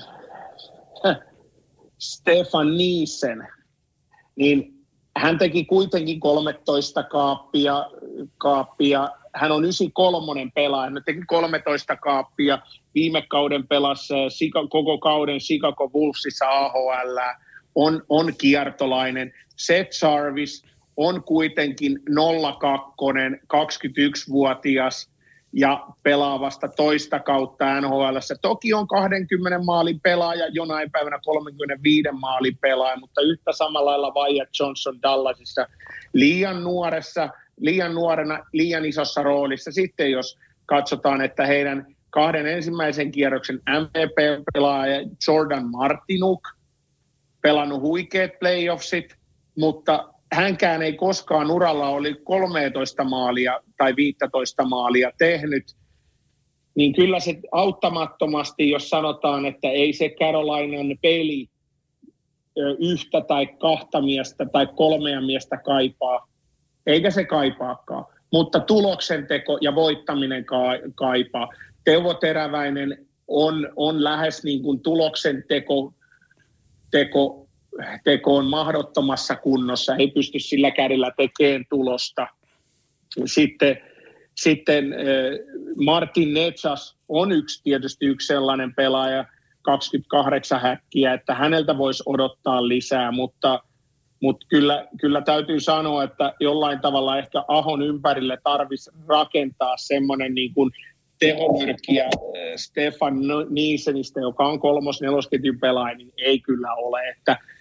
Stefan Niisen, niin hän teki kuitenkin kolmetoista kaappia, kaappia. Hän on yhdeksänkymmentäkolme pelaaja, hän teki kolmetoista kaappia. Viime kauden pelasi koko kauden Chicago Wolvesissa A H L. On, on kiertolainen. Seth Jarvis on kuitenkin nolla kaksi, kaksikymmentäyksivuotias ja pelaa vasta toista kautta N H L:ssä. Toki on kaksikymmentä maalin pelaaja, jonain päivänä kolmekymmentäviisi maalin pelaaja, mutta yhtä samalla lailla Wyatt Johnson Dallasissa liian nuoressa, liian nuorena, liian isossa roolissa. Sitten jos katsotaan, että heidän kahden ensimmäisen kierroksen M V P-pelaaja Jordan Martinook, pelannut huikeat playoffsit, mutta hänkään ei koskaan uralla oli kolmetoista maalia tai viisitoista maalia tehnyt, niin kyllä se auttamattomasti, jos sanotaan, että ei se Carolinan peli yhtä tai kahta miestä tai kolmea miestä kaipaa, eikä se kaipaakaan, mutta tuloksenteko ja voittaminen ka- kaipaa. Teuvo Teräväinen on, on lähes niin kuin tuloksenteko Teko, teko on mahdottomassa kunnossa, ei pysty sillä kädellä tekemään tulosta. Sitten, sitten Martin Netsas on yksi, tietysti yksi sellainen pelaaja, kaksikymmentäkahdeksan häkkiä, että häneltä voisi odottaa lisää, mutta, mutta kyllä, kyllä täytyy sanoa, että jollain tavalla ehkä Ahon ympärille tarvitsisi rakentaa semmoinen niin kuin tehomerkkiä Stefan Niesenistä, joka on kolmos nelosketjun pelaaja, niin ei kyllä ole. Että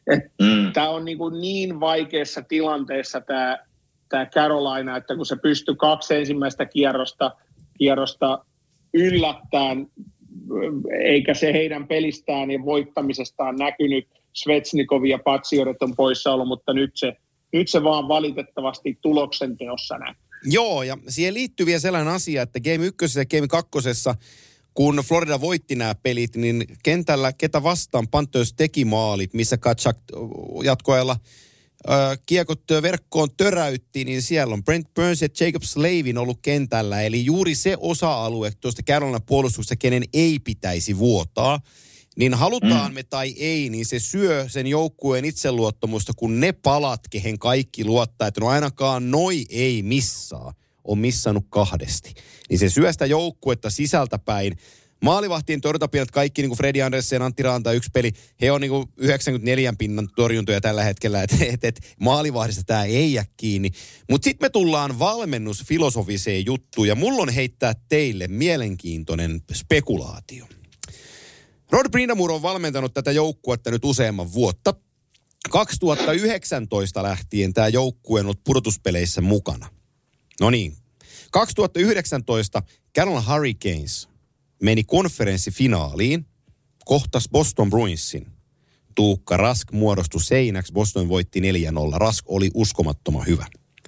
Mm. Tämä on niin, kuin niin vaikeassa tilanteessa tämä, tämä Carolina, että kun se pystyi kaksi ensimmäistä kierrosta, kierrosta yllättäen, eikä se heidän pelistään ja voittamisestaan näkynyt, Svechnikov ja Patsioret on poissaolo, mutta nyt se, nyt se vaan valitettavasti tuloksenteossa näkyy. Joo, ja siihen liittyy vielä sellainen asia, että Game ykkösessä ja Game kakkosessa, kun Florida voitti nämä pelit, niin kentällä ketä vastaan Panthers teki maalit, missä Tkachuk jatkoajalla äh, kiekot verkkoon töräytti, niin siellä on Brent Burns ja Jacob Slavin ollut kentällä. Eli juuri se osa-alue tuosta Carolina puolustuksesta, kenen ei pitäisi vuotaa, niin halutaan mm. me tai ei, niin se syö sen joukkueen itseluottamusta, kun ne palat, kehen kaikki luottaa, että no ainakaan noi ei missaa, on missannut kahdesti. Niin se syö sitä joukkuetta sisältäpäin. Maalivahtien torjuntapinnat kaikki, niin kuin Fredi Andersen, Antti Raanta, yksi peli, he on niin kuin yhdeksänkymmentäneljä pinnan torjuntoja tällä hetkellä, että et, et, maalivahdista tämä ei jää kiinni. Mutta sitten me tullaan valmennusfilosofiseen juttuun, ja mulla on heittää teille mielenkiintoinen spekulaatio. Rod Brind'Amour on valmentanut tätä joukkuetta nyt useamman vuotta. kaksituhattayhdeksäntoista lähtien tämä joukkue on ollut pudotuspeleissä mukana. No niin. kaksituhattayhdeksäntoista Carolina Hurricanes meni konferenssifinaaliin, kohtasi Boston Bruinsin. Tuukka Rask muodostui seinäksi, Boston voitti neljä nolla. Rask oli uskomattoman hyvä.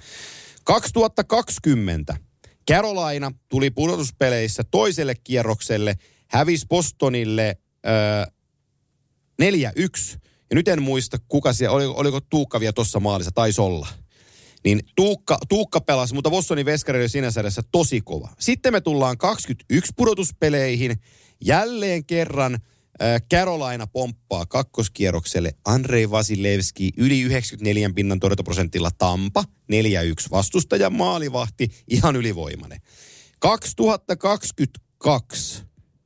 kaksituhattakaksikymmentä Carolina tuli pudotuspeleissä toiselle kierrokselle, hävisi Bostonille öö, neljä yksi. Ja nyt en muista, kuka siellä, oliko, oliko Tuukka vielä tuossa maalissa, taisi olla. Niin Tuukka, Tuukka pelasi, mutta Bostonin veskari oli siinä sarjassa tosi kova. Sitten me tullaan kaksikymmentäyksi pudotuspeleihin. Jälleen kerran äh, Carolina pomppaa kakkoskierrokselle. Andrei Vasilevski yli yhdeksänkymmentäneljä pinnan torjuntaprosentilla. Tampa neljä yksi. Vastustajan maalivahti ihan ylivoimainen. kaksituhattakaksikymmentäkaksi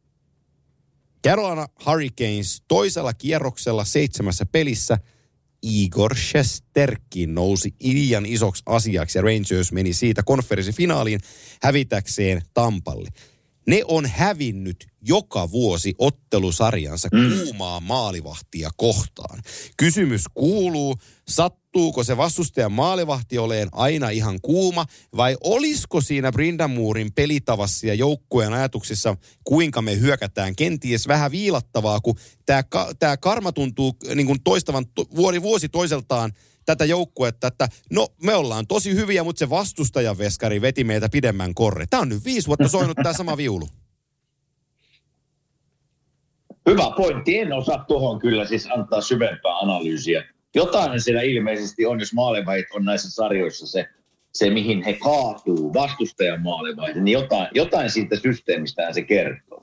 Carolina Hurricanes toisella kierroksella seitsemässä pelissä Igor Shesterkin nousi liian isoksi asiaksi ja Rangers meni siitä konferenssifinaaliin hävitäkseen Tampalle. Ne on hävinnyt joka vuosi ottelusarjansa mm. kuumaa maalivahtia kohtaan. Kysymys kuuluu, sattuuko se vastustajan maalivahti oleen aina ihan kuuma vai olisiko siinä Brind'Amourin pelitavassa ja joukkueen ajatuksissa, kuinka me hyökätään, kenties vähän viilattavaa, kun tämä tämä karma tuntuu niin kuin toistavan to, vuori, vuosi toiseltaan tätä joukkuetta, että no me ollaan tosi hyviä, mutta se vastustajan veskari veti meitä pidemmän korre. Tämä on nyt viisi vuotta soinut tämä sama viulu. Hyvä pointti. En osaa tuohon kyllä siis antaa syvempää analyysiä. Jotain siellä ilmeisesti on, jos maalivahit on näissä sarjoissa se, se mihin he kaatuu, vastustajan maalivahit, niin jotain, jotain siitä systeemistään se kertoo.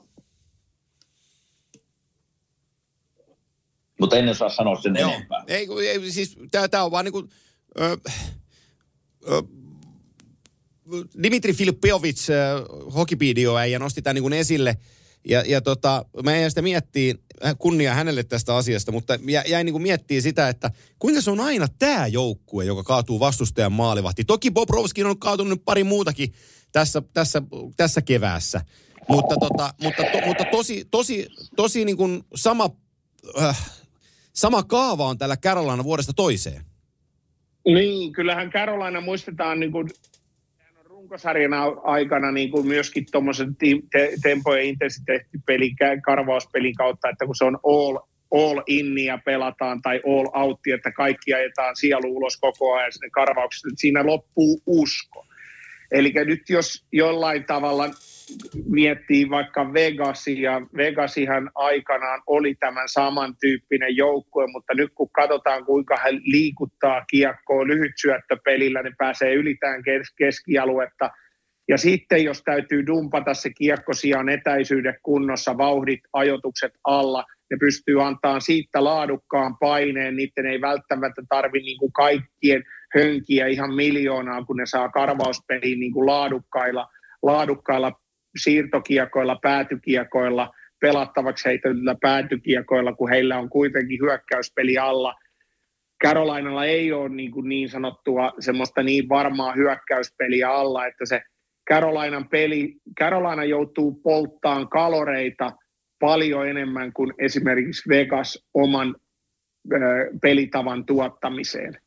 Mutta en osaa sanoa sen Joo. enempää. Ei, ei siis tämä on vaan niin kuin ö, ö, Dimitri Filipovic, Hokipedia-äijä, nosti tämän niin kuin esille. Ja, ja tota, mä jäin sitä miettiin, kunnia hänelle tästä asiasta, mutta jäin niin kuin miettimään sitä, että kuinka se on aina tämä joukkue, joka kaatuu vastustajan maalivahti. Toki Bobrovskin on kaatunut pari muutakin tässä, tässä, tässä keväässä, mutta, tota, mutta, to, mutta tosi, tosi, tosi niin kuin sama, äh, sama kaava on tällä Carolina vuodesta toiseen. Niin, kyllähän Carolina muistetaan niin kuin runkosarjan aikana niin kuin myöskin tuommoisen te- tempo- ja intensiteettipelin, karvauspelin kautta, että kun se on all, all innia pelataan tai all outti, että kaikki ajetaan sielu ulos koko ajan sinne karvauksesta, että siinä loppuu usko. Eli nyt jos jollain tavalla miettii vaikka Vegasia, Vegasihan aikanaan oli tämän samantyyppinen joukkue, mutta nyt kun katsotaan kuinka hän liikuttaa kiekkoa lyhytsyöttöpelillä, niin pääsee ylitään keskialuetta. Ja sitten jos täytyy dumpata se kiekko sijaan etäisyyden kunnossa, vauhdit, ajoitukset alla, ne pystyy antamaan siitä laadukkaan paineen, niiden ei välttämättä tarvitse niin kuin kaikkien hönkiä ihan miljoonaa, kun ne saa karvauspeliin niin kuin laadukkailla, laadukkailla siirtokiekoilla, päätykiekoilla, pelattavaksi heitetyillä päätykiekoilla, kun heillä on kuitenkin hyökkäyspeli alla. Carolinalla ei ole niin, kuin niin sanottua semmoista niin varmaa hyökkäyspeliä alla, että se Carolinan peli, Carolina joutuu polttaan kaloreita paljon enemmän kuin esimerkiksi Vegas oman pelitavan tuottamiseen.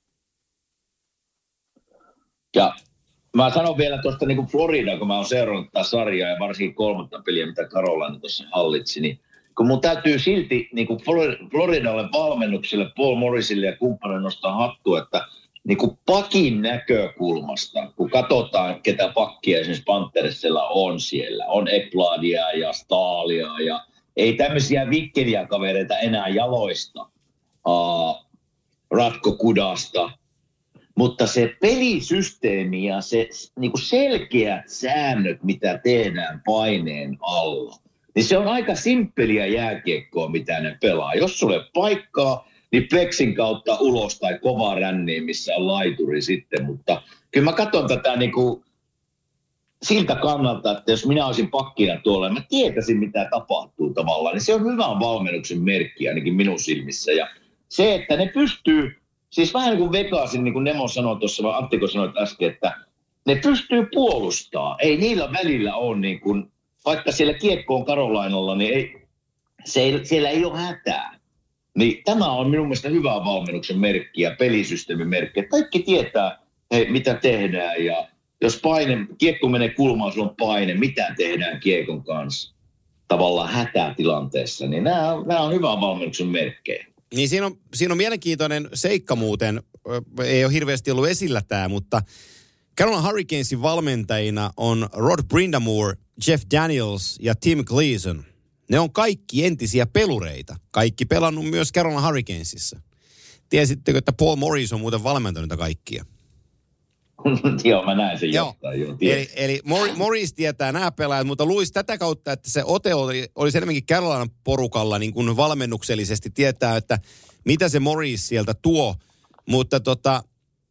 Ja mä sanon vielä tuosta niin kuin Florida, kun mä oon seurannut tätä sarjaa ja varsinkin kolmatta peliä, mitä Carolina tuossa hallitsi, niin kun mun täytyy silti niin kuin Floridalle valmennukselle, Paul Morrisille ja kumppanille nostaa hattua, että niin kuin pakin näkökulmasta, kun katsotaan, ketä pakkia esimerkiksi Panthersilla on siellä, on Ekbladia ja Staalia ja ei tämmöisiä vikkeliä kavereita enää jaloista, uh, Ratko Kudasta, mutta se pelisysteemi ja se niin kuin selkeät säännöt, mitä tehdään paineen alla, niin se on aika simppeliä jääkiekkoa, mitä ne pelaa. Jos sulle paikkaa, niin pleksin kautta ulos tai kova ränniin, missä on laituri sitten. Mutta kyllä mä katson tätä niin kuin siltä kannalta, että jos minä olisin pakkina tuolla ja mä tietäisin, mitä tapahtuu tavallaan, niin se on hyvän valmennuksen merkki ainakin minun silmissä. Ja se, että ne pystyy, siis vähän niin kuin Vegasin, niin kuin Nemo sanoi tuossa, vai Anttiko sanoi äsken, että ne pystyy puolustamaan. Ei niillä välillä ole niin kuin, vaikka siellä kiekko on Carolinalla, niin ei, se ei, siellä ei ole hätää. Niin tämä on minun mielestä hyvä valmennuksen merkki ja pelisysteemin merkki. Kaikki tietää, hei, mitä tehdään ja jos paine, kiekko menee kulmaan, sulla on paine, mitä tehdään kiekon kanssa tavallaan hätätilanteessa. Niin nämä, nämä on hyvä valmennuksen merkkejä. Niin siinä on, siinä on mielenkiintoinen seikka muuten, ei ole hirveästi ollut esillä tämä, mutta Carolina Hurricanesin valmentajina on Rod Brind'Amour, Jeff Daniels ja Tim Gleason. Ne on kaikki entisiä pelureita. Kaikki pelannut myös Carolina Hurricanesissa. Tiesittekö, että Paul Morris on muuten valmentanut niitä kaikkia? Joo, mä näin sen Joo. jostain. Jo, eli eli Mor- Morris tietää nämä pelaajat, mutta luisi tätä kautta, että se ote oli, olisi enemmänkin Carolinan porukalla niin kuin valmennuksellisesti tietää, että mitä se Morris sieltä tuo. Mutta tota,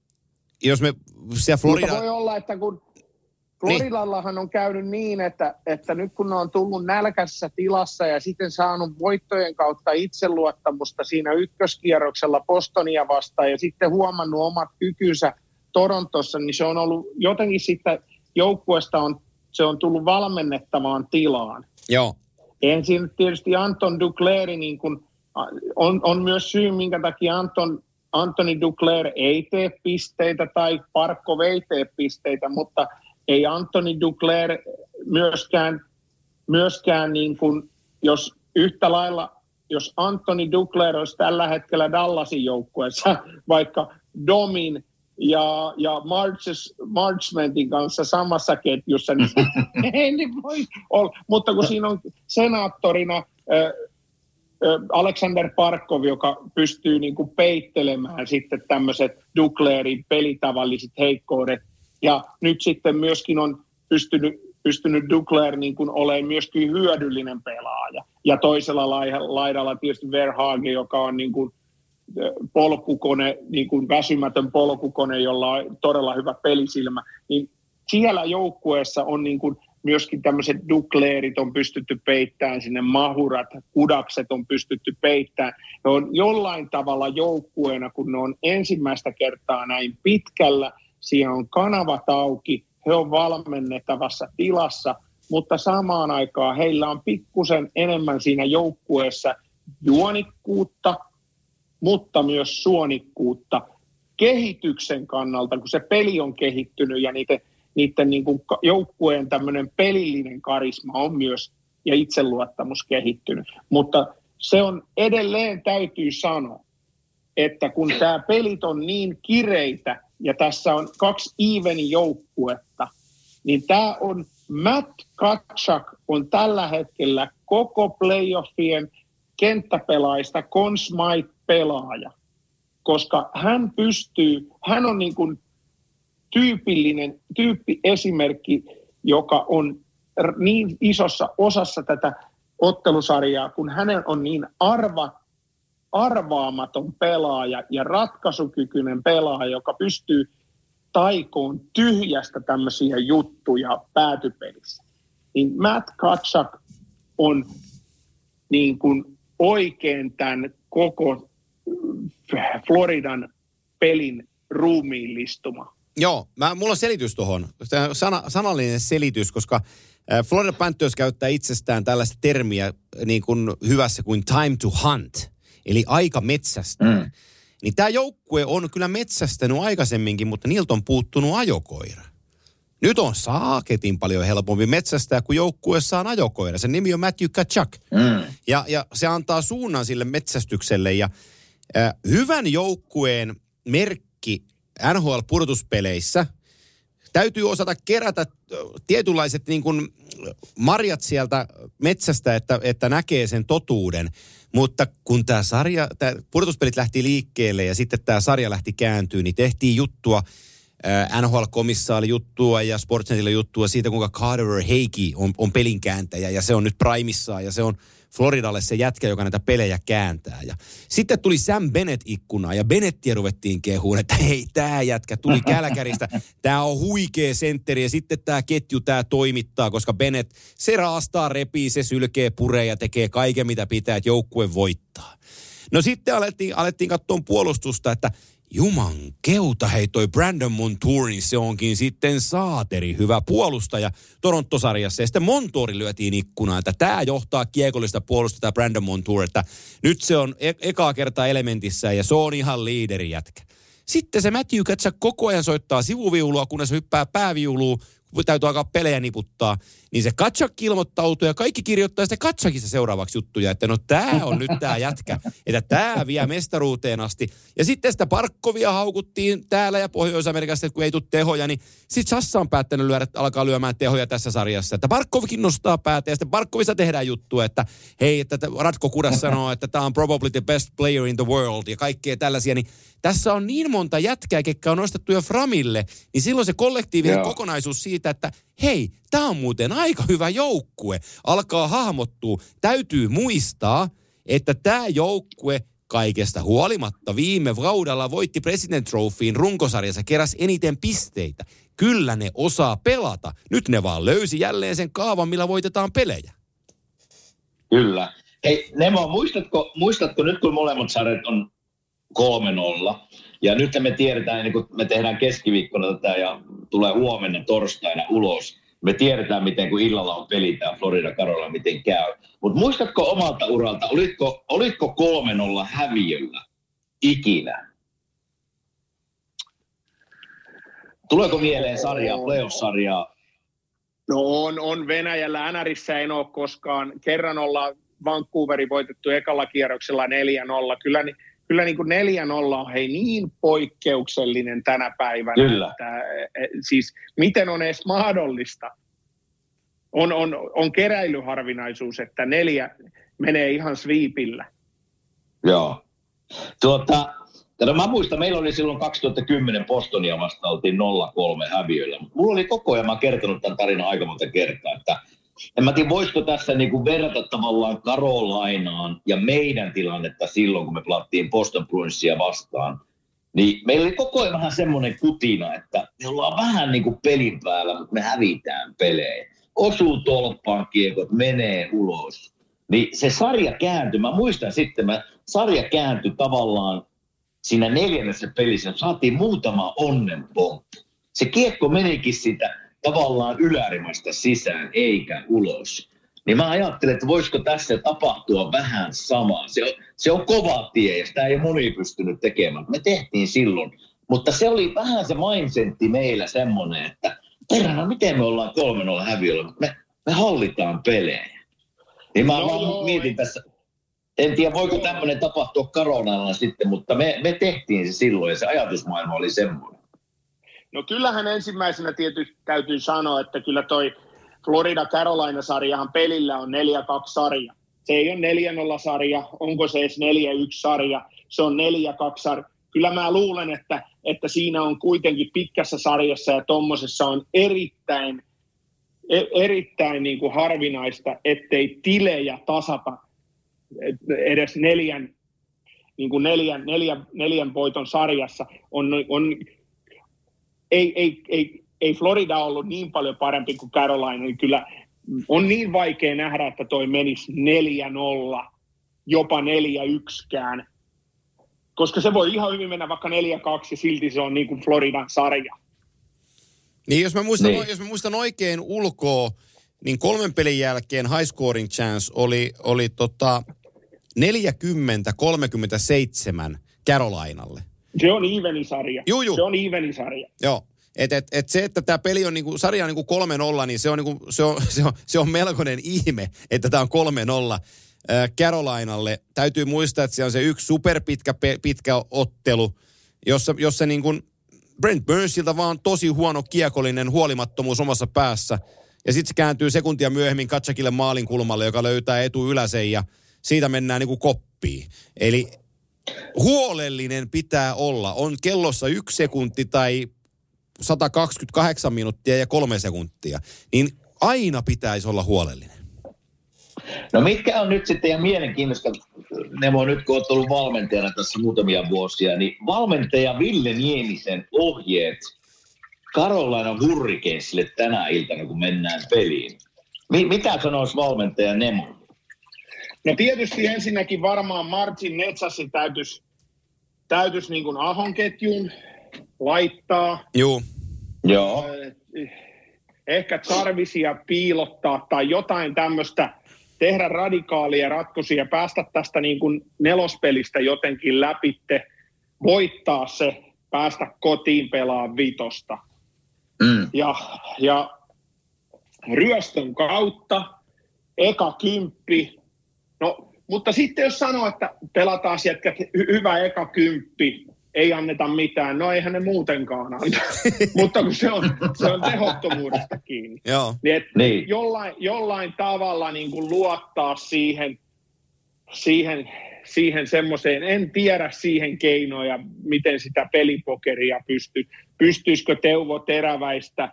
jos me siellä Florida... Mutta voi olla, että kun Floridallahan on käynyt niin, että, että nyt kun ne on tullut nälkässä tilassa ja sitten saanut voittojen kautta itseluottamusta siinä ykköskierroksella Bostonia vastaan ja sitten huomannut omat kykynsä Torontossa, niin se on ollut jotenkin sitten joukkueesta on, se on tullut valmennettavaan tilaan. Joo. Ensin tietysti Anton Duclair niin kun, on, on myös syy, minkä takia Anton, Anthony Duclair ei tee pisteitä tai Parkko ei tee pisteitä, mutta ei Anthony Duclair myöskään, myöskään niin kuin, jos yhtä lailla, jos Anthony Duclair olisi tällä hetkellä Dallasin joukkueessa, vaikka Domin ja, ja Marches, Marchmentin kanssa samassa ketjussa, niin ei niin voi olla. Mutta kun siinä on senaattorina äh, äh, Alexander Parkov, joka pystyy niin kuin peittelemään sitten tämmöiset Duclairin pelitavalliset heikkoudet, ja nyt sitten myöskin on pystynyt, pystynyt Duclair niin kuin olemaan myöskin hyödyllinen pelaaja. Ja toisella laidalla tietysti Verhaage, joka on niin kuin polkukone, niin kuin väsymätön polkukone, jolla on todella hyvä pelisilmä. Niin siellä joukkueessa on niin kuin myöskin tämmöiset Duclairit on pystytty peittämään, sinne Mahurat, Kudakset on pystytty peittämään. Ne on jollain tavalla joukkueena, kun ne on ensimmäistä kertaa näin pitkällä, siinä on kanavat auki, he on valmennettavassa tilassa, mutta samaan aikaan heillä on pikkusen enemmän siinä joukkueessa juonikkuutta, mutta myös suonikkuutta kehityksen kannalta, kun se peli on kehittynyt ja niiden, niiden niin kuin joukkueen tämmöinen pelillinen karisma on myös ja itseluottamus kehittynyt. Mutta se on edelleen täytyy sanoa, että kun tämä pelit on niin kireitä, ja tässä on kaksi even joukkuetta, niin tämä on Matt Tkachuk on tällä hetkellä koko playoffien kenttäpelaajista Conn Smythe-pelaaja, koska hän pystyy, hän on niin kuin tyypillinen tyyppiesimerkki, joka on niin isossa osassa tätä ottelusarjaa, kun hänen on niin arva arvaamaton pelaaja ja ratkaisukykyinen pelaaja, joka pystyy taikoon tyhjästä tämmöisiä juttuja päätypelissä. Niin Matt Tkachuk on niin kuin oikein tämän koko Floridan pelin ruumiillistuma. Joo, mä, mulla on selitys tuohon, Sana, sanallinen selitys, koska Florida Panthers käyttää itsestään tällaista termiä niin kuin hyvässä kuin time to hunt. eli aika metsästä. Mm. Niin tämä joukkue on kyllä metsästänyt aikaisemminkin, mutta niiltä on puuttunut ajokoira. Nyt on saaketin paljon helpompi metsästää, kun joukkueessa on ajokoira. Sen nimi on Matthew Tkachuk. Mm. Ja, ja se antaa suunnan sille metsästykselle. Ja äh, hyvän joukkueen merkki N H L-pudotuspeleissä täytyy osata kerätä tietynlaiset niin kuin marjat sieltä metsästä, että, että näkee sen totuuden. Mutta kun tämä sarja, tämä pudotuspelit lähti liikkeelle ja sitten tämä sarja lähti kääntyy, niin tehtiin juttua, N H L-komissaali juttua ja Sportsnetille juttua siitä, kuinka Carter Heikki on, on pelinkääntäjä ja se on nyt primissaan ja se on Floridalle se jätkä, joka näitä pelejä kääntää. Ja sitten tuli Sam Bennett ikkunaan ja Bennettiä ruvettiin kehuun, että hei, tämä jätkä tuli Kälkäristä, tämä on huikea sentteri ja sitten tämä ketju, tämä toimittaa, koska Bennett, se raastaa, repii, se sylkee, puree ja tekee kaiken, mitä pitää, että joukkue voittaa. No sitten alettiin, alettiin katsoa puolustusta, että juman keuta, hei toi Brandon Montour, niin se onkin sitten saateri hyvä puolustaja Toronto-sarjassa. Ja sitten Montouri lyötiin ikkunaan, että tämä johtaa kiekollista puolusta, tämä Brandon Montour, että nyt se on e- ekaa kertaa elementissä ja se on ihan liideri jätkä. Sitten se Matthew Tkachuk koko ajan soittaa sivuviulua, kunnes se hyppää pääviuluun, kun täytyy alkaa pelejä niputtaa, niin se Tkachuk ilmoittautuu ja kaikki kirjoittaa sitä Tkachukista seuraavaksi juttuja, että no tää on nyt tää jätkä, että tää vie mestaruuteen asti. Ja sitten sitä Barkovia haukuttiin täällä ja Pohjois-Amerikassa, että kun ei tule tehoja, niin sitten Sassa on päättänyt lyödä, alkaa lyömään tehoja tässä sarjassa. Että Barkovkin nostaa päätä ja sitten Barkovissa tehdään juttua, että hei, että Radko Kudas sanoo, että tämä on probably the best player in the world ja kaikkea tällaisia, niin tässä on niin monta jätkää, ketkä on nostettu jo Framille, niin silloin se kollektiivinen Joo. kokonaisuus siitä, että hei, tämä on muuten aika hyvä joukkue, alkaa hahmottua. Täytyy muistaa, että tämä joukkue kaikesta huolimatta viime kaudella voitti President Trophyin runkosarjassa, keräsi eniten pisteitä. Kyllä ne osaa pelata. Nyt ne vaan löysi jälleen sen kaavan, millä voitetaan pelejä. Kyllä. Hei Nemo, muistatko, muistatko nyt kun molemmat sarjat on kolme nolla, ja nyt me tiedetään, ennen kuin me tehdään keskiviikkona tätä ja tulee huomenna torstaina ulos, me tiedetään, miten kun illalla on peli tää Florida Carolina, miten käy. Mutta muistatko omalta uralta, olitko, olitko kolme nolla häviöllä ikinä? Tuleeko mieleen sarjaa, playoff-sarjaa? No on, on Venäjällä. N R:ssä en ole koskaan. Kerran ollaan Vancouverin voitettu ekalla kierroksella neljä nolla. Kyllä, kyllä niin kuin neljä nolla on hei niin poikkeuksellinen tänä päivänä. Kyllä. Että, siis miten on edes mahdollista? On, on, on keräilyharvinaisuus, että neljä menee ihan sweepillä. Joo. Tuota, no mä muistan, meillä oli silloin kaksituhattakymmenen Bostonia vasta oltiin nolla kolme häviöllä. Mulla oli koko ajan, mä oon kertonut tämän tarinan aika monta kertaa, että en mä tiedä, voisiko tässä niinku verrata tavallaan Carolinaan ja meidän tilannetta silloin, kun me pelattiin Boston Bruinsia vastaan. Niin meillä oli koko ajan vähän semmoinen kutina, että me ollaan vähän niin kuin pelin päällä, mutta me hävitään pelejä. Osuu tolppaan kiekot, menee ulos. Niin se sarja kääntyi, mä muistan sitten, mä, sarja kääntyi tavallaan siinä neljännessä pelissä, saatiin muutama onnenpomppu. Se kiekko menikin sitä tavallaan ylärimästä sisään, eikä ulos. Niin mä ajattelin, että voisiko tässä tapahtua vähän samaa. Se on, se on kova tie ja sitä ei moni pystynyt tekemään. Me tehtiin silloin, mutta se oli vähän se mindsetti meillä semmoinen, että perhana, miten me ollaan kolme nolla häviöllä, me, me hallitaan pelejä. Niin mä, no, mä mietin tässä, en tiedä voiko tämmöinen tapahtua Carolinalla sitten, mutta me, me tehtiin se silloin ja se ajatusmaailma oli semmoinen. No kyllähän ensimmäisenä tietysti täytyy sanoa, että kyllä toi Florida-Carolina-sarjahan pelillä on neljä kaksi sarja. Se ei ole neljä nolla sarja, onko se edes neljä yksi sarja, se on neljä kaksi sarja. Kyllä mä luulen, että, että siinä on kuitenkin pitkässä sarjassa ja tommosessa on erittäin, erittäin niin kuin harvinaista, ettei tilejä tasata edes neljän, niin kuin neljän, neljän, neljän voiton sarjassa. On, on, ei, ei, ei, ei Florida ollut niin paljon parempi kuin Carolina, niin kyllä on niin vaikea nähdä, että toi menisi neljä nolla, jopa neljä yksikään, koska se voi ihan hyvin mennä vaikka neljä kaksi ja silti se on niin kuin Floridan sarja. Niin jos mä muistan, niin. Jos mä muistan oikein ulkoa, niin kolmen pelin jälkeen high scoring chance oli, oli tota neljäkymmentä kolmekymmentäseitsemän Carolinalle. Se on evenisarja. Juu, juu. Se on evenisarja. Joo. Et, et, et se, että tämä peli on niinku, sarja on niinku kolme nolla, niin se on, niinku, se, on, se, on, se on melkoinen ihme, että tämä on kolme nolla äh, Carolinalle. Täytyy muistaa, että se on se yksi superpitkä pitkä ottelu, jossa, jossa niinku Brent Burnsilta vaan tosi huono kiekollinen huolimattomuus omassa päässä. Ja sitten se kääntyy sekuntia myöhemmin Katsakille maalin kulmalle, joka löytää etu yläsen ja siitä mennään niinku koppiin. Eli huolellinen pitää olla. On kellossa yksi sekunti tai sata kaksikymmentäkahdeksan minuuttia ja kolme sekuntia. Niin aina pitäisi olla huolellinen. No mitkä on nyt sitten, ja mielenkiintoista, Nemo, nyt kun olet ollut valmentajana tässä muutamia vuosia, niin valmentaja Ville Niemisen ohjeet Carolina Hurricanesille tänä iltana, kun mennään peliin. Mi- mitä sanoisi valmentaja Nemo? No tietysti ensinnäkin varmaan Martin Netsassin täytyisi, täytyisi niin kuin Ahon ketjun laittaa. Joo. Joo. Ehkä tarvisia piilottaa tai jotain tämmöistä, tehdä radikaalia ratkaisuja, päästä tästä niin kuin nelospelistä jotenkin läpitte, voittaa se, päästä kotiin pelaamaan vitosta. Mm. Ja, ja ryöstön kautta, eka kymppi. No, mutta sitten jos sanoo, että pelataan sieltä hy- hyvä eka kymppi, ei anneta mitään, no eihän ne muutenkaan anta. Mutta kun se on, se on tehottomuudesta kiinni. Joo. Niin, että Niin. jollain, jollain tavalla niin kuin luottaa siihen, siihen, siihen semmoiseen, en tiedä siihen keinoja, miten sitä pelipokeria pystyy. Pystyisikö Teuvo Teräväistä,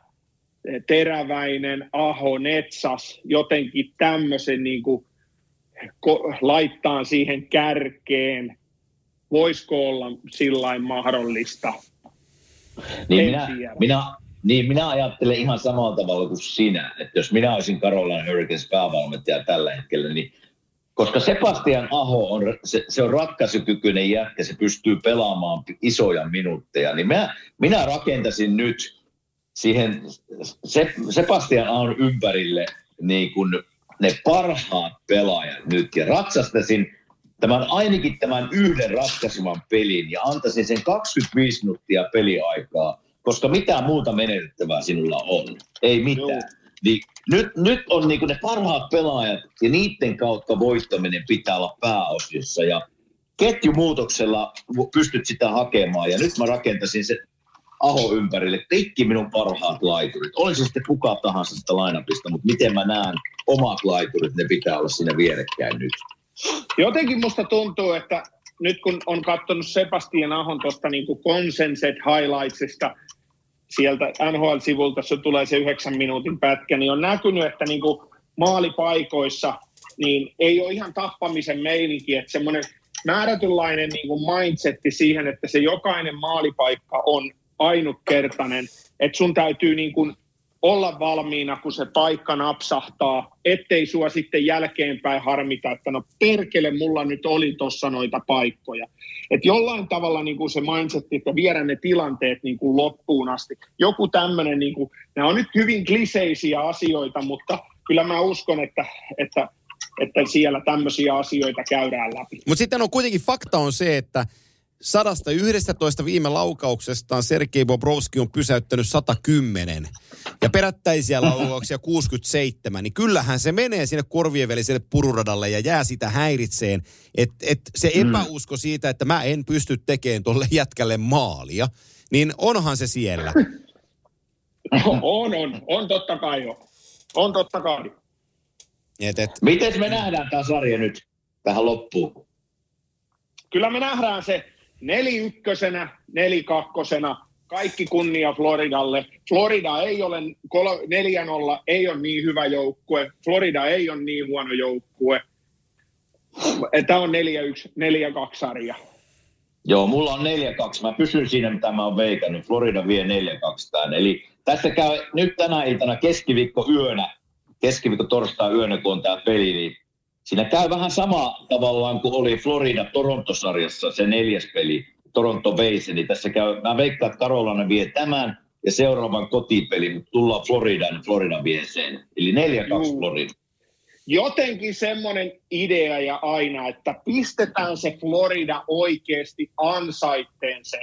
Teräväinen, Aho, Netsas jotenkin tämmöisen niin kuin ko- laittaa siihen kärkeen. Voisiko olla sillain mahdollista? Niin En minä, tiedä. minä, niin minä ajattelen ihan samalla tavalla kuin sinä, että jos minä olisin Carolina Hurricanes päävalmentaja tällä hetkellä, niin koska Sebastian Aho on, se, se on ratkaisukykyinen jätkä, se pystyy pelaamaan isoja minuutteja, niin minä, minä rakentaisin nyt siihen se, Sebastian Ahon ympärille niin kuin ne parhaat pelaajat nyt ja ratsastaisin tämän, ainakin tämän yhden ratkaisevan pelin ja antaisin sen kaksikymmentäviisi minuuttia peliaikaa, koska mitään muuta menetettävää sinulla on. Ei mitään. Niin nyt, nyt on niinku ne parhaat pelaajat ja niiden kautta voittaminen pitää olla pääosiossa ja ketjumuutoksella pystyt sitä hakemaan ja nyt mä rakentaisin se Aho ympärille kaikki minun parhaat laiturit. Olisi sitten kuka tahansa sitä lainapista, mutta miten mä näen omat laiturit, ne pitää olla siinä vierekkäin nyt. Jotenkin musta tuntuu, että nyt kun on katsonut Sebastian Ahon tuosta niin kuin Consenset Highlightsista, sieltä N H L-sivulta, se tulee se yhdeksän minuutin pätkä, niin on näkynyt, että niin kuin maalipaikoissa niin ei ole ihan tappamisen meininki, että semmoinen määrätynlainen niin kuin mindsetti siihen, että se jokainen maalipaikka on ainutkertainen, että sun täytyy niin kuin olla valmiina, kun se paikka napsahtaa, ettei sua sitten jälkeenpäin harmita, että no perkele, mulla nyt oli tuossa noita paikkoja. Että jollain tavalla niin kuin se mindsetti, että viedä ne tilanteet niin kuin loppuun asti. Joku tämmöinen, niin kuin, nämä on nyt hyvin kliseisiä asioita, mutta kyllä mä uskon, että, että, että siellä tämmöisiä asioita käydään läpi. Mutta sitten on kuitenkin fakta on se, että sadasta yhdestätoista viime laukauksestaan Sergei Bobrovski on pysäyttänyt sata kymmenen ja perättäisiä laukauksia kuusikymmentäseitsemän, niin kyllähän se menee sinne korvien väliselle pururadalle ja jää sitä häiritseen, että et se epäusko siitä, että mä en pysty tekemään tolle jätkälle maalia, niin onhan se siellä. On, on, on totta kai jo. On totta kai. Et, et. Miten me nähdään tämä sarja nyt tähän loppuun? Kyllä me nähdään se neli ykkösenä, neli kakkosena, kaikki kunnia Floridalle. Florida ei ole neljä nolla, ei ole niin hyvä joukkue. Florida ei ole niin huono joukkue. Tämä on neljä yksi, neljä kaksi sarja. Joo, mulla on neljä kaksi. Mä pysyn siinä, mitä mä oon veikannut. Florida vie neljä kaksi tämän. Eli tässä käy nyt tänä iltana keskiviikko yönä, keskiviikko torstai yönä, kun on tää peli, niin siinä käy vähän sama tavallaan kuin oli Florida-Toronto-sarjassa se neljäs peli, Toronto veisi, niin tässä käy, mä veikkaan, että Carolina vie tämän ja seuraavan kotipeli, mutta tullaan Floridaan, niin Florida vie sen. Eli neljä kaksi Florida. jotenkin semmoinen idea ja aina, että pistetään se Florida oikeasti ansaitteen se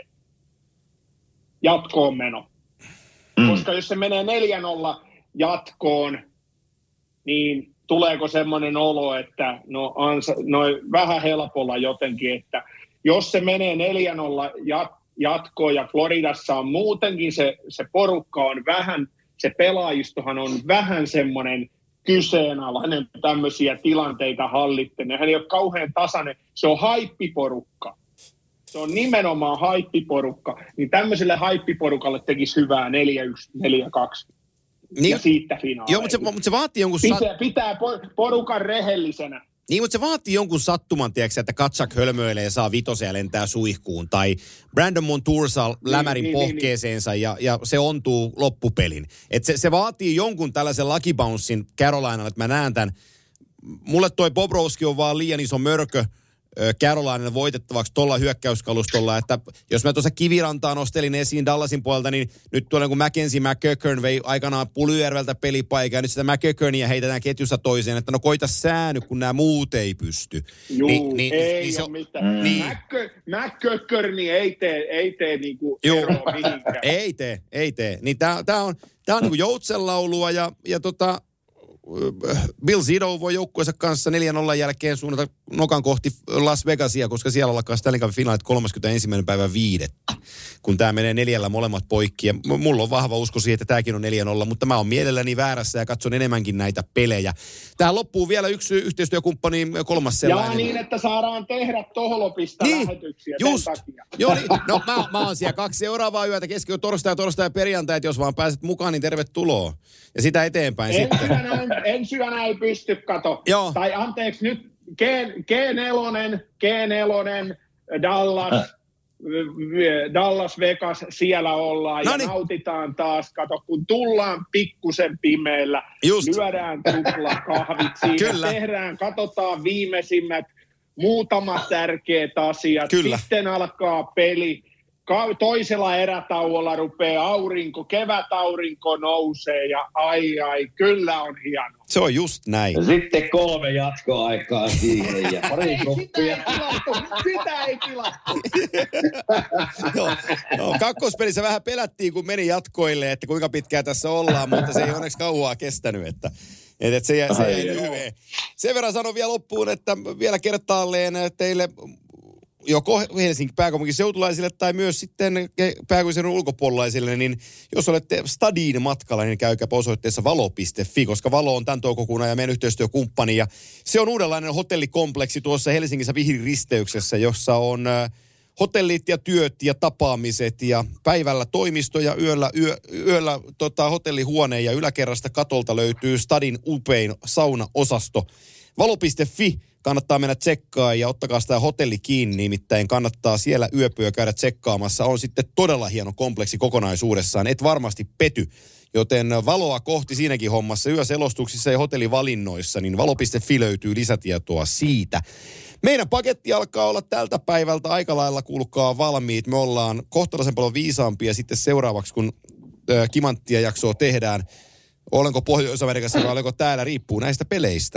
jatkoon meno. Mm. Koska jos se menee neljä nolla jatkoon, niin tuleeko semmoinen olo, että no, ansa, no vähän helpolla jotenkin, että jos se menee neljä nolla jatkoon ja Floridassa on muutenkin se, se porukka on vähän, se pelaajistohan on vähän semmoinen kyseenalainen tämmöisiä tilanteita hallitten. Hän ei ole kauhean tasainen, se on haippiporukka. Se on nimenomaan haippiporukka, niin tämmöiselle haippiporukalle tekisi hyvää neljä yksi, neljä kaksi. Niin, ja siitä finaaleihin. Joo, mutta se, mutta se vaatii jonkun... Pitää, sat... pitää porukan rehellisenä. Niin, mutta se vaatii jonkun sattuman, tiedätkö, että Katsak hölmöilee ja saa vitosen ja lentää suihkuun. Tai Brandon Montour saa lämärin niin, pohkeeseensa niin, ja, ja se ontuu loppupelin. Et se, se vaatii jonkun tällaisen lucky bouncein Carolinalle, että mä näen tämän. Mulle toi Bobrovski on vaan liian iso mörkö Carolinalle voitettavaksi tuolla hyökkäyskalustolla, että jos mä tuossa Kivirantaa nostelin esiin Dallasin puolelta, niin nyt tuolla kun Mackenzie McEachern vei aikanaan Pulyjärveltä pelipaikaa, ja nyt sitä McEachornia heitetään ketjussa toiseen, että no koita sääny, kun nämä muut ei pysty. Juu, niin, niin, ei niin, ole mitään. Niin. McEachorni ei tee, ei tee niinku eroa mihinkään. Ei tee, ei tee. Niin tää, tää on, tää on niinku joutsenlaulua ja, ja tota... Bill Zito voi joukkueensa kanssa neljä nolla jälkeen suunnata nokan kohti Las Vegasia, koska siellä alkaa Stanley Cupin finaalit kolmaskymmenesensimmäinen päivä viidettä, kun tämä menee neljällä molemmat poikki. Ja mulla on vahva usko siihen, että tämäkin on neljä nolla, mutta mä oon mielelläni väärässä ja katson enemmänkin näitä pelejä. Tähän loppuu vielä yksi yhteistyökumppani, kolmas sellainen. Ja niin, että saadaan tehdä Tohlopista niin, lähetyksiä just. sen takia. Joo, niin, no mä, mä oon siellä kaksi seuraavaa yötä, keski torstai, torstai ja perjantai, että jos vaan pääset mukaan, niin tervetuloa. Ja sitä eteenpäin en sitten. Syönä, ensi yönä ei pysty, kato. Joo. Tai anteeksi, nyt G, G4, G4, Dallas, Dallas Vegas, siellä ollaan Noniin. Ja nautitaan taas. Kato, kun tullaan pikkusen pimeällä, Just. lyödään tuplakahvit siinä, Kyllä. tehdään, katsotaan viimeisimmät muutamat tärkeät asiat. Kyllä. Sitten alkaa peli. Toisella erätauolla rupeaa aurinko, kevätaurinko nousee ja ai ai, kyllä on hieno. Se on just näin. Ja sitten kolme jatkoaikaa siihen ja pari koppia. Sitä ei tilattu. no, no, kakkospelissä vähän pelättiin, kun meni jatkoille, että kuinka pitkään tässä ollaan, mutta se ei onneksi kauaa kestänyt, että... Että et se, se ei lyhyen. Sen verran sanon vielä loppuun, että vielä kertaalleen teille... joko Helsingin pääkaupunkiseutulaisille tai myös sitten pääkaupunkiseudun ulkopuolelaisille, niin jos olette Stadiin matkalla, niin käykääpä osoitteessa valo piste fi, koska Valo on tämän toukokuun ja meidän yhteistyökumppani. Ja se on uudenlainen hotellikompleksi tuossa Helsingissä Vihdin risteyksessä, jossa on hotellit ja työt ja tapaamiset ja päivällä toimisto ja yöllä, yö, yöllä tota, hotellihuone ja yläkerrasta katolta löytyy Stadin upein saunaosasto. valo piste fi. Kannattaa mennä tsekkaan ja ottakaa sitä hotelli kiinni, nimittäin kannattaa siellä yöpyä käydä tsekkaamassa. On sitten todella hieno kompleksi kokonaisuudessaan, et varmasti pety. Joten Valoa kohti siinäkin hommassa, yöselostuksissa ja hotellivalinnoissa, niin valo piste fi löytyy lisätietoa siitä. Meidän paketti alkaa olla tältä päivältä aika lailla, kuulkaa valmiit. Me ollaan kohtalaisen paljon viisaampia sitten seuraavaksi, kun äh, Kimanttia jaksoa tehdään. Olenko Pohjois-Amerikassa vai olenko täällä, riippuu näistä peleistä.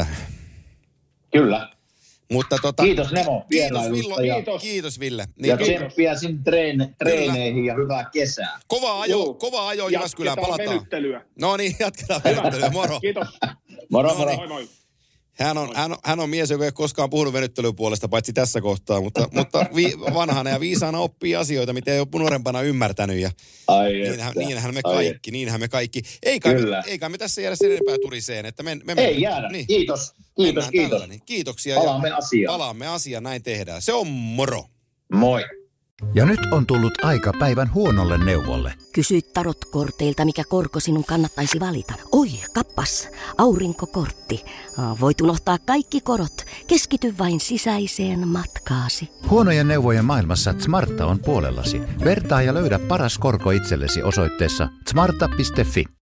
Kyllä. Mutta tota, kiitos Nemo. Kiitos, Villo, ja, kiitos. kiitos Ville. Niin, ja tsemppiä sinne treen, treeneihin ja hyvää kesää. Kova ajo, kova ajo Jyväskylään, palataan. Venyttelyä. No niin, jatketaan venyttelyä. Moro. Kiitos. Moro, no moro. Niin. Moi, moi. Hän on, hän, on, hän on mies, joka ei ole koskaan puhunut venyttelyyn puolesta, paitsi tässä kohtaa, mutta, mutta vi, vanhana ja viisaana oppii asioita, mitä ei ole nuorempana ymmärtänyt. Ja Ai niinhän, niinhän me kaikki, niinhän me kaikki. Ei kai, ei kai me tässä jäädä sen enempää turiseen. Että me, me ei jäädä, niin. kiitos, kiitos, kiitos. Tällainen. Kiitoksia. Palaamme ja asiaan. Palaamme asiaan, näin tehdään. Se on moro. Moi. Ja nyt on tullut aika päivän huonolle neuvolle. Kysy tarotkorteilta, mikä korko sinun kannattaisi valita. Oi, kappas, aurinkokortti. Voit unohtaa kaikki korot. Keskity vain sisäiseen matkaasi. Huonojen neuvojen maailmassa Smarta on puolellasi. Vertaa ja löydä paras korko itsellesi osoitteessa smarta piste fi.